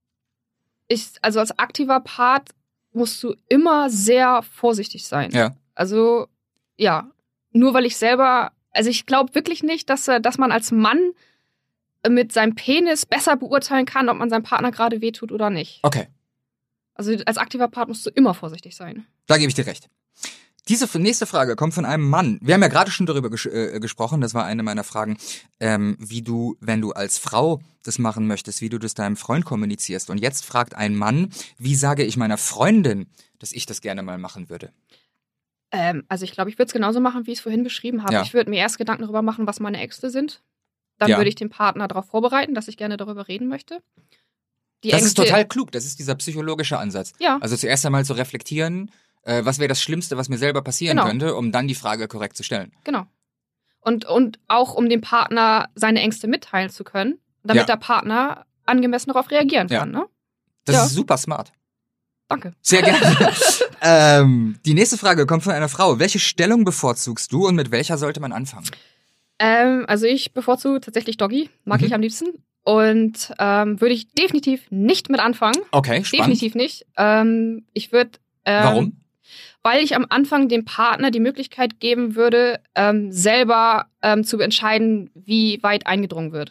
[SPEAKER 1] als aktiver Part musst du immer sehr vorsichtig sein.
[SPEAKER 4] Ja.
[SPEAKER 1] Also ja, nur weil ich selber, also ich glaube wirklich nicht, dass man als Mann mit seinem Penis besser beurteilen kann, ob man seinem Partner gerade wehtut oder nicht.
[SPEAKER 4] Okay.
[SPEAKER 1] Also als aktiver Part musst du immer vorsichtig sein.
[SPEAKER 4] Da gebe ich dir recht. Diese nächste Frage kommt von einem Mann. Wir haben ja gerade schon darüber gesprochen, das war eine meiner Fragen, wie du, wenn du als Frau das machen möchtest, wie du das deinem Freund kommunizierst. Und jetzt fragt ein Mann, wie sage ich meiner Freundin, dass ich das gerne mal machen würde?
[SPEAKER 1] Also ich glaube, ich würde es genauso machen, wie ich es vorhin beschrieben habe.
[SPEAKER 4] Ja.
[SPEAKER 1] Ich würde mir erst Gedanken darüber machen, was meine Ängste sind. Dann würde ich den Partner darauf vorbereiten, dass ich gerne darüber reden möchte.
[SPEAKER 4] Das ist total klug, das ist dieser psychologische Ansatz.
[SPEAKER 1] Ja.
[SPEAKER 4] Also zuerst einmal zu reflektieren, was wäre das Schlimmste, was mir selber passieren könnte, um dann die Frage korrekt zu stellen.
[SPEAKER 1] Genau. Und auch um dem Partner seine Ängste mitteilen zu können, damit der Partner angemessen darauf reagieren kann. Ne?
[SPEAKER 4] Das ist super smart.
[SPEAKER 1] Danke.
[SPEAKER 4] Sehr gerne. Die nächste Frage kommt von einer Frau. Welche Stellung bevorzugst du und mit welcher sollte man anfangen?
[SPEAKER 1] Also ich bevorzuge tatsächlich Doggy, mag ich am liebsten. Und würde ich definitiv nicht mit anfangen.
[SPEAKER 4] Okay, spannend.
[SPEAKER 1] Definitiv nicht. Ich würde...
[SPEAKER 4] Warum?
[SPEAKER 1] Weil ich am Anfang dem Partner die Möglichkeit geben würde, selber zu entscheiden, wie weit eingedrungen wird.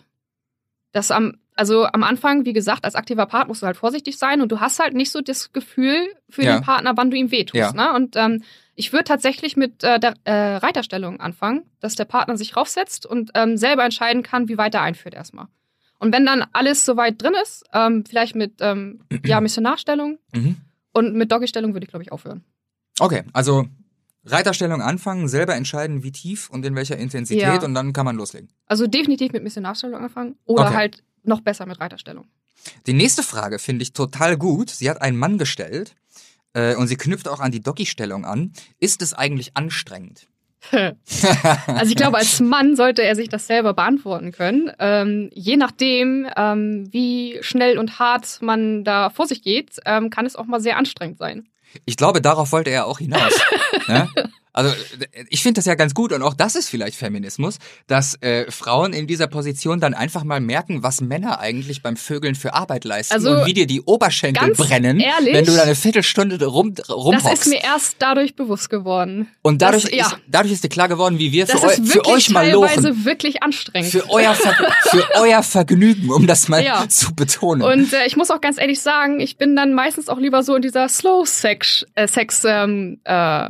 [SPEAKER 1] Also am Anfang, wie gesagt, als aktiver Part musst du halt vorsichtig sein und du hast halt nicht so das Gefühl für den Partner, wann du ihm wehtust.
[SPEAKER 4] Ja.
[SPEAKER 1] Ne? Und ich würde tatsächlich mit der Reiterstellung anfangen, dass der Partner sich raufsetzt und selber entscheiden kann, wie weit er einführt erstmal. Und wenn dann alles soweit drin ist, vielleicht mit Missionarstellung und mit Doggystellung würde ich, glaube ich, aufhören.
[SPEAKER 4] Okay, also Reiterstellung anfangen, selber entscheiden, wie tief und in welcher Intensität und dann kann man loslegen.
[SPEAKER 1] Also definitiv mit Missionarstellung anfangen oder halt noch besser mit Reiterstellung.
[SPEAKER 4] Die nächste Frage finde ich total gut. Sie hat einen Mann gestellt und sie knüpft auch an die Doggy-Stellung an. Ist es eigentlich anstrengend?
[SPEAKER 1] Also ich glaube, als Mann sollte er sich das selber beantworten können. Je nachdem, wie schnell und hart man da vor sich geht, kann es auch mal sehr anstrengend sein.
[SPEAKER 4] Ich glaube, darauf wollte er auch hinaus. Ne? Also ich finde das ja ganz gut und auch das ist vielleicht Feminismus, dass Frauen in dieser Position dann einfach mal merken, was Männer eigentlich beim Vögeln für Arbeit leisten und wie dir die Oberschenkel brennen,
[SPEAKER 1] ehrlich,
[SPEAKER 4] wenn du da eine Viertelstunde rumhockst.
[SPEAKER 1] Das ist mir erst dadurch bewusst geworden.
[SPEAKER 4] Und dadurch ist dir klar geworden, wie wir für euch mal
[SPEAKER 1] lochen. Das ist
[SPEAKER 4] teilweise
[SPEAKER 1] wirklich anstrengend.
[SPEAKER 4] Für euer Vergnügen, um das mal zu betonen.
[SPEAKER 1] Und ich muss auch ganz ehrlich sagen, ich bin dann meistens auch lieber so in dieser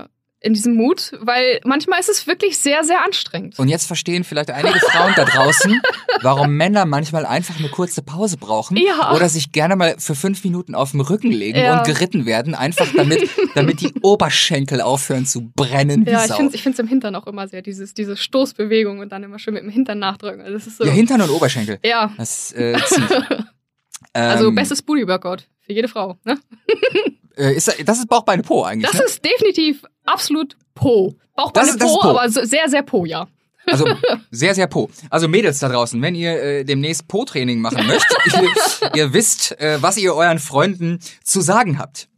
[SPEAKER 1] in diesem Mut, weil manchmal ist es wirklich sehr, sehr anstrengend.
[SPEAKER 4] Und jetzt verstehen vielleicht einige Frauen da draußen, warum Männer manchmal einfach eine kurze Pause brauchen oder sich gerne mal für 5 Minuten auf den Rücken legen und geritten werden, einfach damit die Oberschenkel aufhören zu brennen wie Sau.
[SPEAKER 1] Ich finde es im Hintern auch immer sehr, diese Stoßbewegung und dann immer schön mit dem Hintern nachdrücken. Also das ist so.
[SPEAKER 4] Ja, Hintern und Oberschenkel.
[SPEAKER 1] Ja.
[SPEAKER 4] Das zieht.
[SPEAKER 1] Also bestes Booty-Workout für jede Frau, ne?
[SPEAKER 4] Das ist Bauchbeine Po eigentlich.
[SPEAKER 1] Das ist definitiv absolut Po. Bauchbeine Po, aber sehr, sehr Po, ja.
[SPEAKER 4] Also sehr, sehr Po. Also Mädels da draußen, wenn ihr demnächst Po-Training machen möchtet, ihr wisst, was ihr euren Freunden zu sagen habt.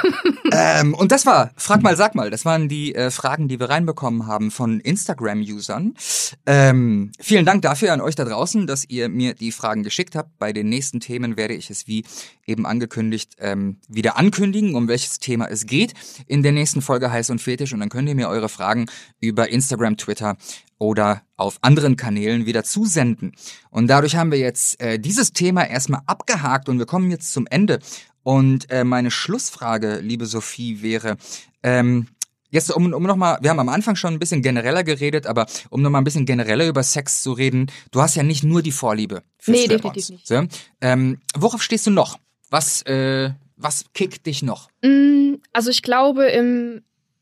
[SPEAKER 4] Und das war Frag mal, sag mal. Das waren die Fragen, die wir reinbekommen haben von Instagram-Usern. Vielen Dank dafür an euch da draußen, dass ihr mir die Fragen geschickt habt. Bei den nächsten Themen werde ich es, wie eben angekündigt, wieder ankündigen, um welches Thema es geht in der nächsten Folge Heiß und Fetisch. Und dann könnt ihr mir eure Fragen über Instagram, Twitter oder auf anderen Kanälen wieder zusenden. Und dadurch haben wir jetzt dieses Thema erstmal abgehakt und wir kommen jetzt zum Ende. Und meine Schlussfrage, liebe Sophie, wäre, jetzt um nochmal, wir haben am Anfang schon ein bisschen genereller geredet, aber um nochmal ein bisschen genereller über Sex zu reden, du hast ja nicht nur die Vorliebe für Strap-ons.
[SPEAKER 1] Definitiv nicht.
[SPEAKER 4] So? Worauf stehst du noch? Was kickt dich noch?
[SPEAKER 1] Also ich glaube im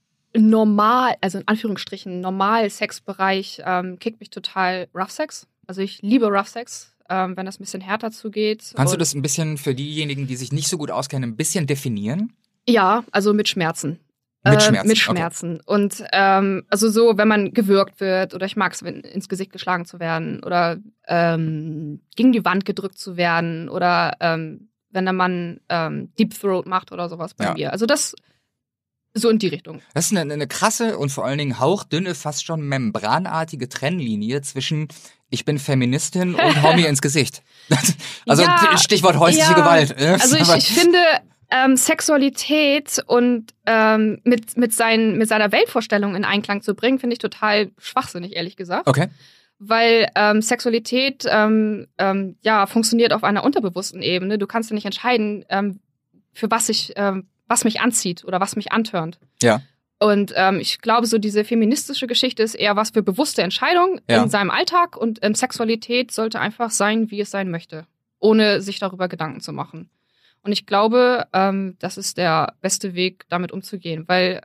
[SPEAKER 1] also in Anführungsstrichen Normal-Sex-Bereich kickt mich total Rough Sex. Also ich liebe Rough Sex. Wenn das ein bisschen härter zugeht.
[SPEAKER 4] Kannst du das ein bisschen für diejenigen, die sich nicht so gut auskennen, ein bisschen definieren?
[SPEAKER 1] Ja, also mit Schmerzen. Mit Schmerzen. Okay. Und also so, wenn man gewürgt wird oder ich mag es, ins Gesicht geschlagen zu werden oder gegen die Wand gedrückt zu werden oder wenn der Mann Deep Throat macht oder sowas bei mir. Also das so in die Richtung.
[SPEAKER 4] Das ist eine krasse und vor allen Dingen hauchdünne, fast schon membranartige Trennlinie zwischen ich bin Feministin und hau mir ins Gesicht. Also Stichwort häusliche Gewalt.
[SPEAKER 1] Also ich finde Sexualität und mit seiner Weltvorstellung in Einklang zu bringen, finde ich total schwachsinnig, ehrlich gesagt.
[SPEAKER 4] Okay.
[SPEAKER 1] Weil Sexualität funktioniert auf einer unterbewussten Ebene. Du kannst ja nicht entscheiden, für was mich anzieht oder was mich antörnt.
[SPEAKER 4] Ja.
[SPEAKER 1] Und ich glaube, so diese feministische Geschichte ist eher was für bewusste Entscheidungen in seinem Alltag und Sexualität sollte einfach sein, wie es sein möchte, ohne sich darüber Gedanken zu machen. Und ich glaube, das ist der beste Weg, damit umzugehen, weil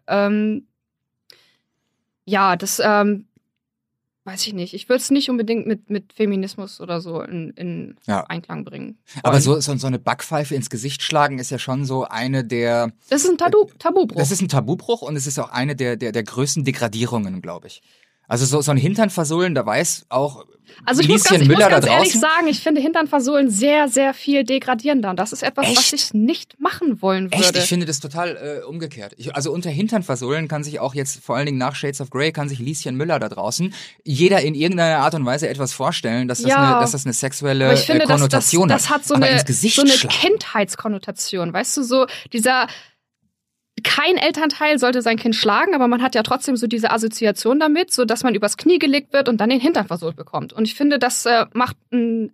[SPEAKER 1] das weiß ich nicht. Ich würde es nicht unbedingt mit Feminismus oder so in Einklang bringen.
[SPEAKER 4] Aber so eine Backpfeife ins Gesicht schlagen ist ja schon so eine der...
[SPEAKER 1] Das ist ein Tabubruch.
[SPEAKER 4] Das ist ein Tabubruch und es ist auch eine der größten Degradierungen, glaube ich. Also so ein Hintern versohlen, da weiß auch
[SPEAKER 1] also ich muss ganz ehrlich sagen, ich finde Hintern versohlen sehr, sehr viel degradierender. Und das ist etwas, was ich nicht machen wollen würde.
[SPEAKER 4] Echt? Ich finde das total umgekehrt. Also unter Hintern versohlen kann sich auch jetzt, vor allen Dingen nach Shades of Grey, kann sich Lieschen Müller da draußen jeder in irgendeiner Art und Weise etwas vorstellen, dass das eine sexuelle Konnotation hat.
[SPEAKER 1] Das hat so eine Kindheitskonnotation. Weißt du, so kein Elternteil sollte sein Kind schlagen, aber man hat ja trotzdem so diese Assoziation damit, so dass man übers Knie gelegt wird und dann den Hintern versohlt bekommt. Und ich finde, das macht eine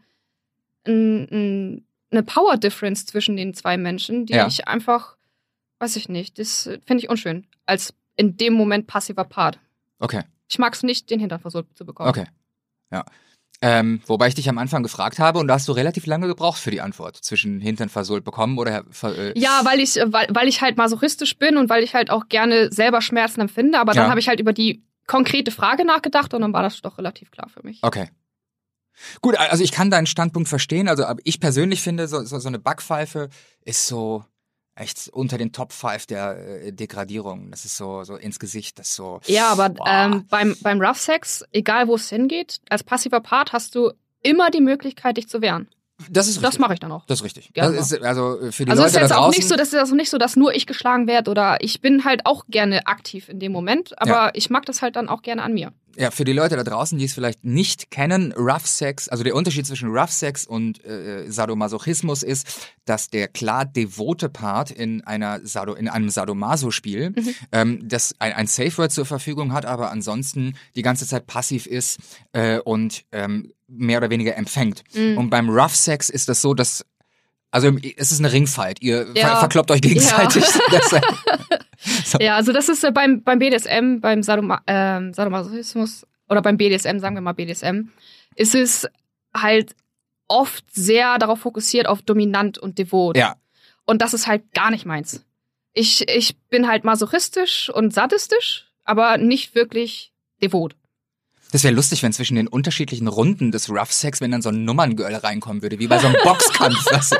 [SPEAKER 1] Power Difference zwischen den zwei Menschen, die ich einfach, weiß ich nicht, das finde ich unschön. Als in dem Moment passiver Part.
[SPEAKER 4] Okay.
[SPEAKER 1] Ich mag es nicht, den Hintern versohlt zu bekommen.
[SPEAKER 4] Okay. Ja. Wobei ich dich am Anfang gefragt habe und da hast du relativ lange gebraucht für die Antwort zwischen Hintern versohlt bekommen oder
[SPEAKER 1] Ja, weil ich halt masochistisch bin und weil ich halt auch gerne selber Schmerzen empfinde, aber dann habe ich halt über die konkrete Frage nachgedacht und dann war das doch relativ klar für mich.
[SPEAKER 4] Okay. Gut, also ich kann deinen Standpunkt verstehen, also ich persönlich finde, so eine Backpfeife ist so echt unter den Top 5 der Degradierung. Das ist so ins Gesicht, das ist so...
[SPEAKER 1] Ja, aber beim Rough Sex, egal wo es hingeht, als passiver Part hast du immer die Möglichkeit, dich zu wehren.
[SPEAKER 4] Das ist richtig.
[SPEAKER 1] Das mache ich dann auch.
[SPEAKER 4] Das ist richtig.
[SPEAKER 1] Gerne.
[SPEAKER 4] Das ist, also für die
[SPEAKER 1] Leute
[SPEAKER 4] da draußen...
[SPEAKER 1] Das ist auch nicht so, dass nur ich geschlagen werde oder ich bin halt auch gerne aktiv in dem Moment, aber ich mag das halt dann auch gerne an mir.
[SPEAKER 4] Ja, für die Leute da draußen, die es vielleicht nicht kennen, Rough Sex, also der Unterschied zwischen Rough Sex und Sadomasochismus ist, dass der klar devote Part in einem Sadomaso-Spiel, das ein Safe Word zur Verfügung hat, aber ansonsten die ganze Zeit passiv ist und mehr oder weniger empfängt. Und beim Rough Sex ist das so, dass, also es ist eine Ringfight, ihr verkloppt euch gegenseitig.
[SPEAKER 2] So.
[SPEAKER 1] Ja, also das ist beim BDSM, beim Sadomasochismus oder beim BDSM, sagen wir mal BDSM, ist es halt oft sehr darauf fokussiert auf dominant und devot.
[SPEAKER 2] Ja.
[SPEAKER 1] Und das ist halt gar nicht meins. Ich bin halt masochistisch und sadistisch, aber nicht wirklich devot.
[SPEAKER 2] Das wäre lustig, wenn zwischen den unterschiedlichen Runden des Rough Sex, wenn dann so ein Nummerngirl reinkommen würde, wie bei so einem Boxkampf.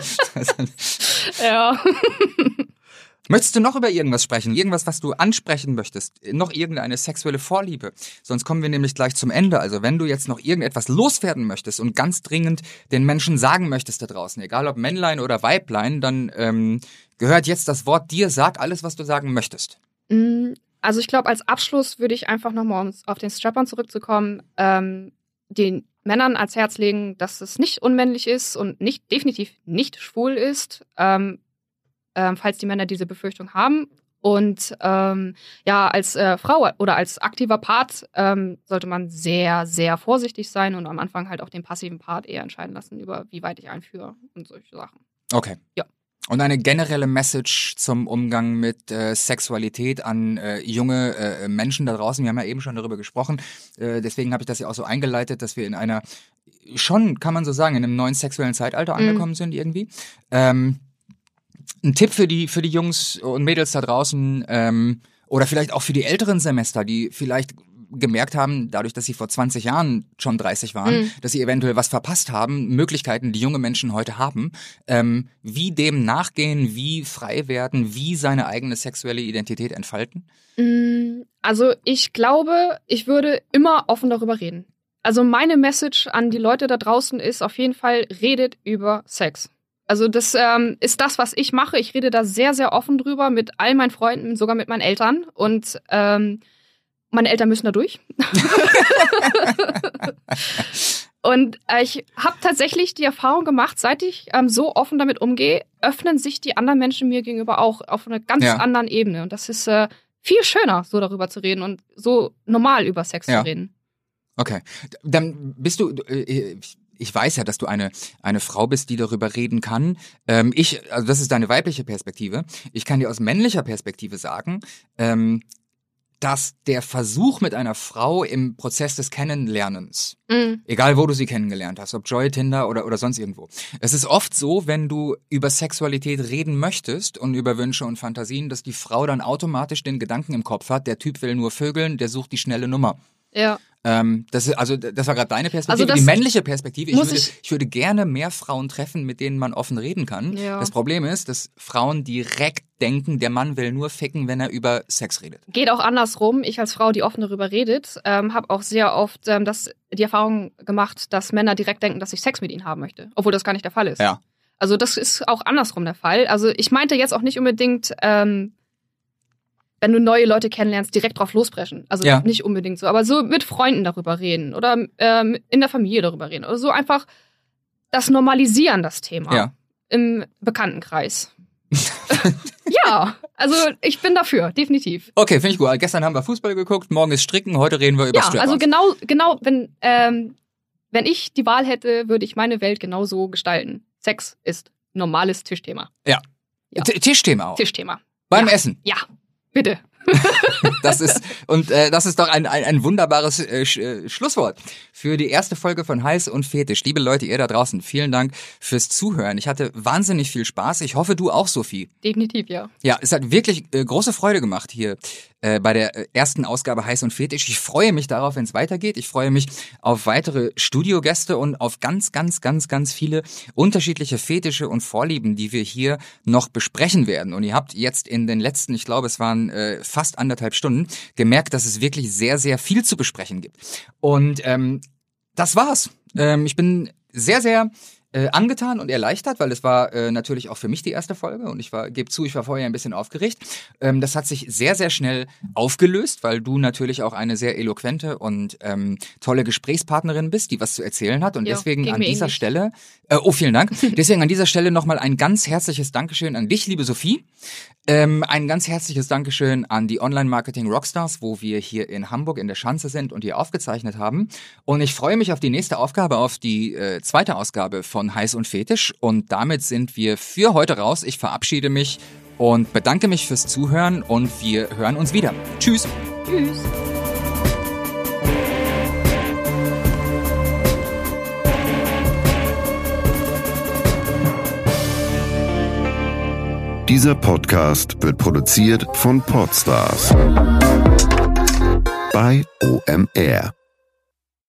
[SPEAKER 1] Ja.
[SPEAKER 2] Möchtest du noch über irgendwas sprechen? Irgendwas, was du ansprechen möchtest? Noch irgendeine sexuelle Vorliebe? Sonst kommen wir nämlich gleich zum Ende. Also wenn du jetzt noch irgendetwas loswerden möchtest und ganz dringend den Menschen sagen möchtest da draußen, egal ob Männlein oder Weiblein, dann gehört jetzt das Wort dir. Sag alles, was du sagen möchtest.
[SPEAKER 1] Also ich glaube, als Abschluss würde ich einfach nochmal, um auf den Strap-on zurückzukommen, den Männern ans Herz legen, dass es nicht unmännlich ist und definitiv nicht schwul ist, falls die Männer diese Befürchtung haben. Und als Frau oder als aktiver Part sollte man sehr, sehr vorsichtig sein und am Anfang halt auch den passiven Part eher entscheiden lassen, über wie weit ich einführe und solche Sachen.
[SPEAKER 2] Okay.
[SPEAKER 1] Ja.
[SPEAKER 2] Und eine generelle Message zum Umgang mit Sexualität an junge Menschen da draußen. Wir haben ja eben schon darüber gesprochen. Deswegen habe ich das ja auch so eingeleitet, dass wir in einer, schon kann man so sagen, in einem neuen sexuellen Zeitalter angekommen sind irgendwie. Ein Tipp für die Jungs und Mädels da draußen oder vielleicht auch für die älteren Semester, die vielleicht gemerkt haben, dadurch, dass sie vor 20 Jahren schon 30 waren, dass sie eventuell was verpasst haben, Möglichkeiten, die junge Menschen heute haben, wie dem nachgehen, wie frei werden, wie seine eigene sexuelle Identität entfalten?
[SPEAKER 1] Also ich glaube, ich würde immer offen darüber reden. Also meine Message an die Leute da draußen ist auf jeden Fall, redet über Sex. Also das ist das, was ich mache. Ich rede da sehr, sehr offen drüber mit all meinen Freunden, sogar mit meinen Eltern. Und meine Eltern müssen da durch. Und ich habe tatsächlich die Erfahrung gemacht, seit ich so offen damit umgehe, öffnen sich die anderen Menschen mir gegenüber auch auf einer ganz anderen Ebene. Und das ist viel schöner, so darüber zu reden und so normal über Sex zu reden.
[SPEAKER 2] Okay, dann bist du... Ich weiß ja, dass du eine Frau bist, die darüber reden kann. Also das ist deine weibliche Perspektive. Ich kann dir aus männlicher Perspektive sagen, dass der Versuch mit einer Frau im Prozess des Kennenlernens, egal wo du sie kennengelernt hast, ob Joy, Tinder oder sonst irgendwo, es ist oft so, wenn du über Sexualität reden möchtest und über Wünsche und Fantasien, dass die Frau dann automatisch den Gedanken im Kopf hat, der Typ will nur vögeln, der sucht die schnelle Nummer.
[SPEAKER 1] Ja.
[SPEAKER 2] Das war gerade deine Perspektive. Die männliche Perspektive. Ich würde gerne mehr Frauen treffen, mit denen man offen reden kann. Ja. Das Problem ist, dass Frauen direkt denken, der Mann will nur ficken, wenn er über Sex redet.
[SPEAKER 1] Geht auch andersrum. Ich als Frau, die offen darüber redet, habe auch sehr oft die Erfahrung gemacht, dass Männer direkt denken, dass ich Sex mit ihnen haben möchte. Obwohl das gar nicht der Fall ist.
[SPEAKER 2] Ja.
[SPEAKER 1] Also das ist auch andersrum der Fall. Also ich meinte jetzt auch nicht unbedingt... wenn du neue Leute kennenlernst, direkt drauf losbrechen. Also nicht unbedingt so, aber so mit Freunden darüber reden oder in der Familie darüber reden. Oder so einfach das Normalisieren, das Thema im Bekanntenkreis. Ja, also ich bin dafür, definitiv.
[SPEAKER 2] Okay, finde ich gut. Gestern haben wir Fußball geguckt, morgen ist Stricken, heute reden wir über Strap-ons.
[SPEAKER 1] Also genau, wenn ich die Wahl hätte, würde ich meine Welt genauso gestalten. Sex ist normales Tischthema.
[SPEAKER 2] Ja. Tischthema auch?
[SPEAKER 1] Tischthema.
[SPEAKER 2] Beim Essen?
[SPEAKER 1] Ja. Bitte.
[SPEAKER 2] Das ist doch ein wunderbares Schlusswort für die erste Folge von Heiß und Fetisch. Liebe Leute, ihr da draußen, vielen Dank fürs Zuhören. Ich hatte wahnsinnig viel Spaß. Ich hoffe, du auch, Sophie.
[SPEAKER 1] Definitiv, ja.
[SPEAKER 2] Ja, es hat wirklich große Freude gemacht hier bei der ersten Ausgabe Heiß und Fetisch. Ich freue mich darauf, wenn es weitergeht. Ich freue mich auf weitere Studiogäste und auf ganz, ganz, ganz, ganz viele unterschiedliche Fetische und Vorlieben, die wir hier noch besprechen werden. Und ihr habt jetzt in den letzten, ich glaube, es waren fast 1,5 Stunden, gemerkt, dass es wirklich sehr, sehr viel zu besprechen gibt. Und das war's. Ich bin sehr, sehr angetan und erleichtert, weil es war natürlich auch für mich die erste Folge und ich war vorher ein bisschen aufgeregt. Das hat sich sehr, sehr schnell aufgelöst, weil du natürlich auch eine sehr eloquente und tolle Gesprächspartnerin bist, die was zu erzählen hat und deswegen an dieser Stelle, vielen Dank, deswegen an dieser Stelle nochmal ein ganz herzliches Dankeschön an dich, liebe Sophie. Ein ganz herzliches Dankeschön an die Online-Marketing-Rockstars, wo wir hier in Hamburg in der Schanze sind und hier aufgezeichnet haben. Und ich freue mich auf die nächste Aufgabe, auf die zweite Ausgabe von Heiß und Fetisch. Und damit sind wir für heute raus. Ich verabschiede mich
[SPEAKER 4] und bedanke mich fürs Zuhören und wir hören uns wieder. Tschüss.
[SPEAKER 1] Tschüss.
[SPEAKER 5] Dieser Podcast wird produziert von Podstars bei OMR.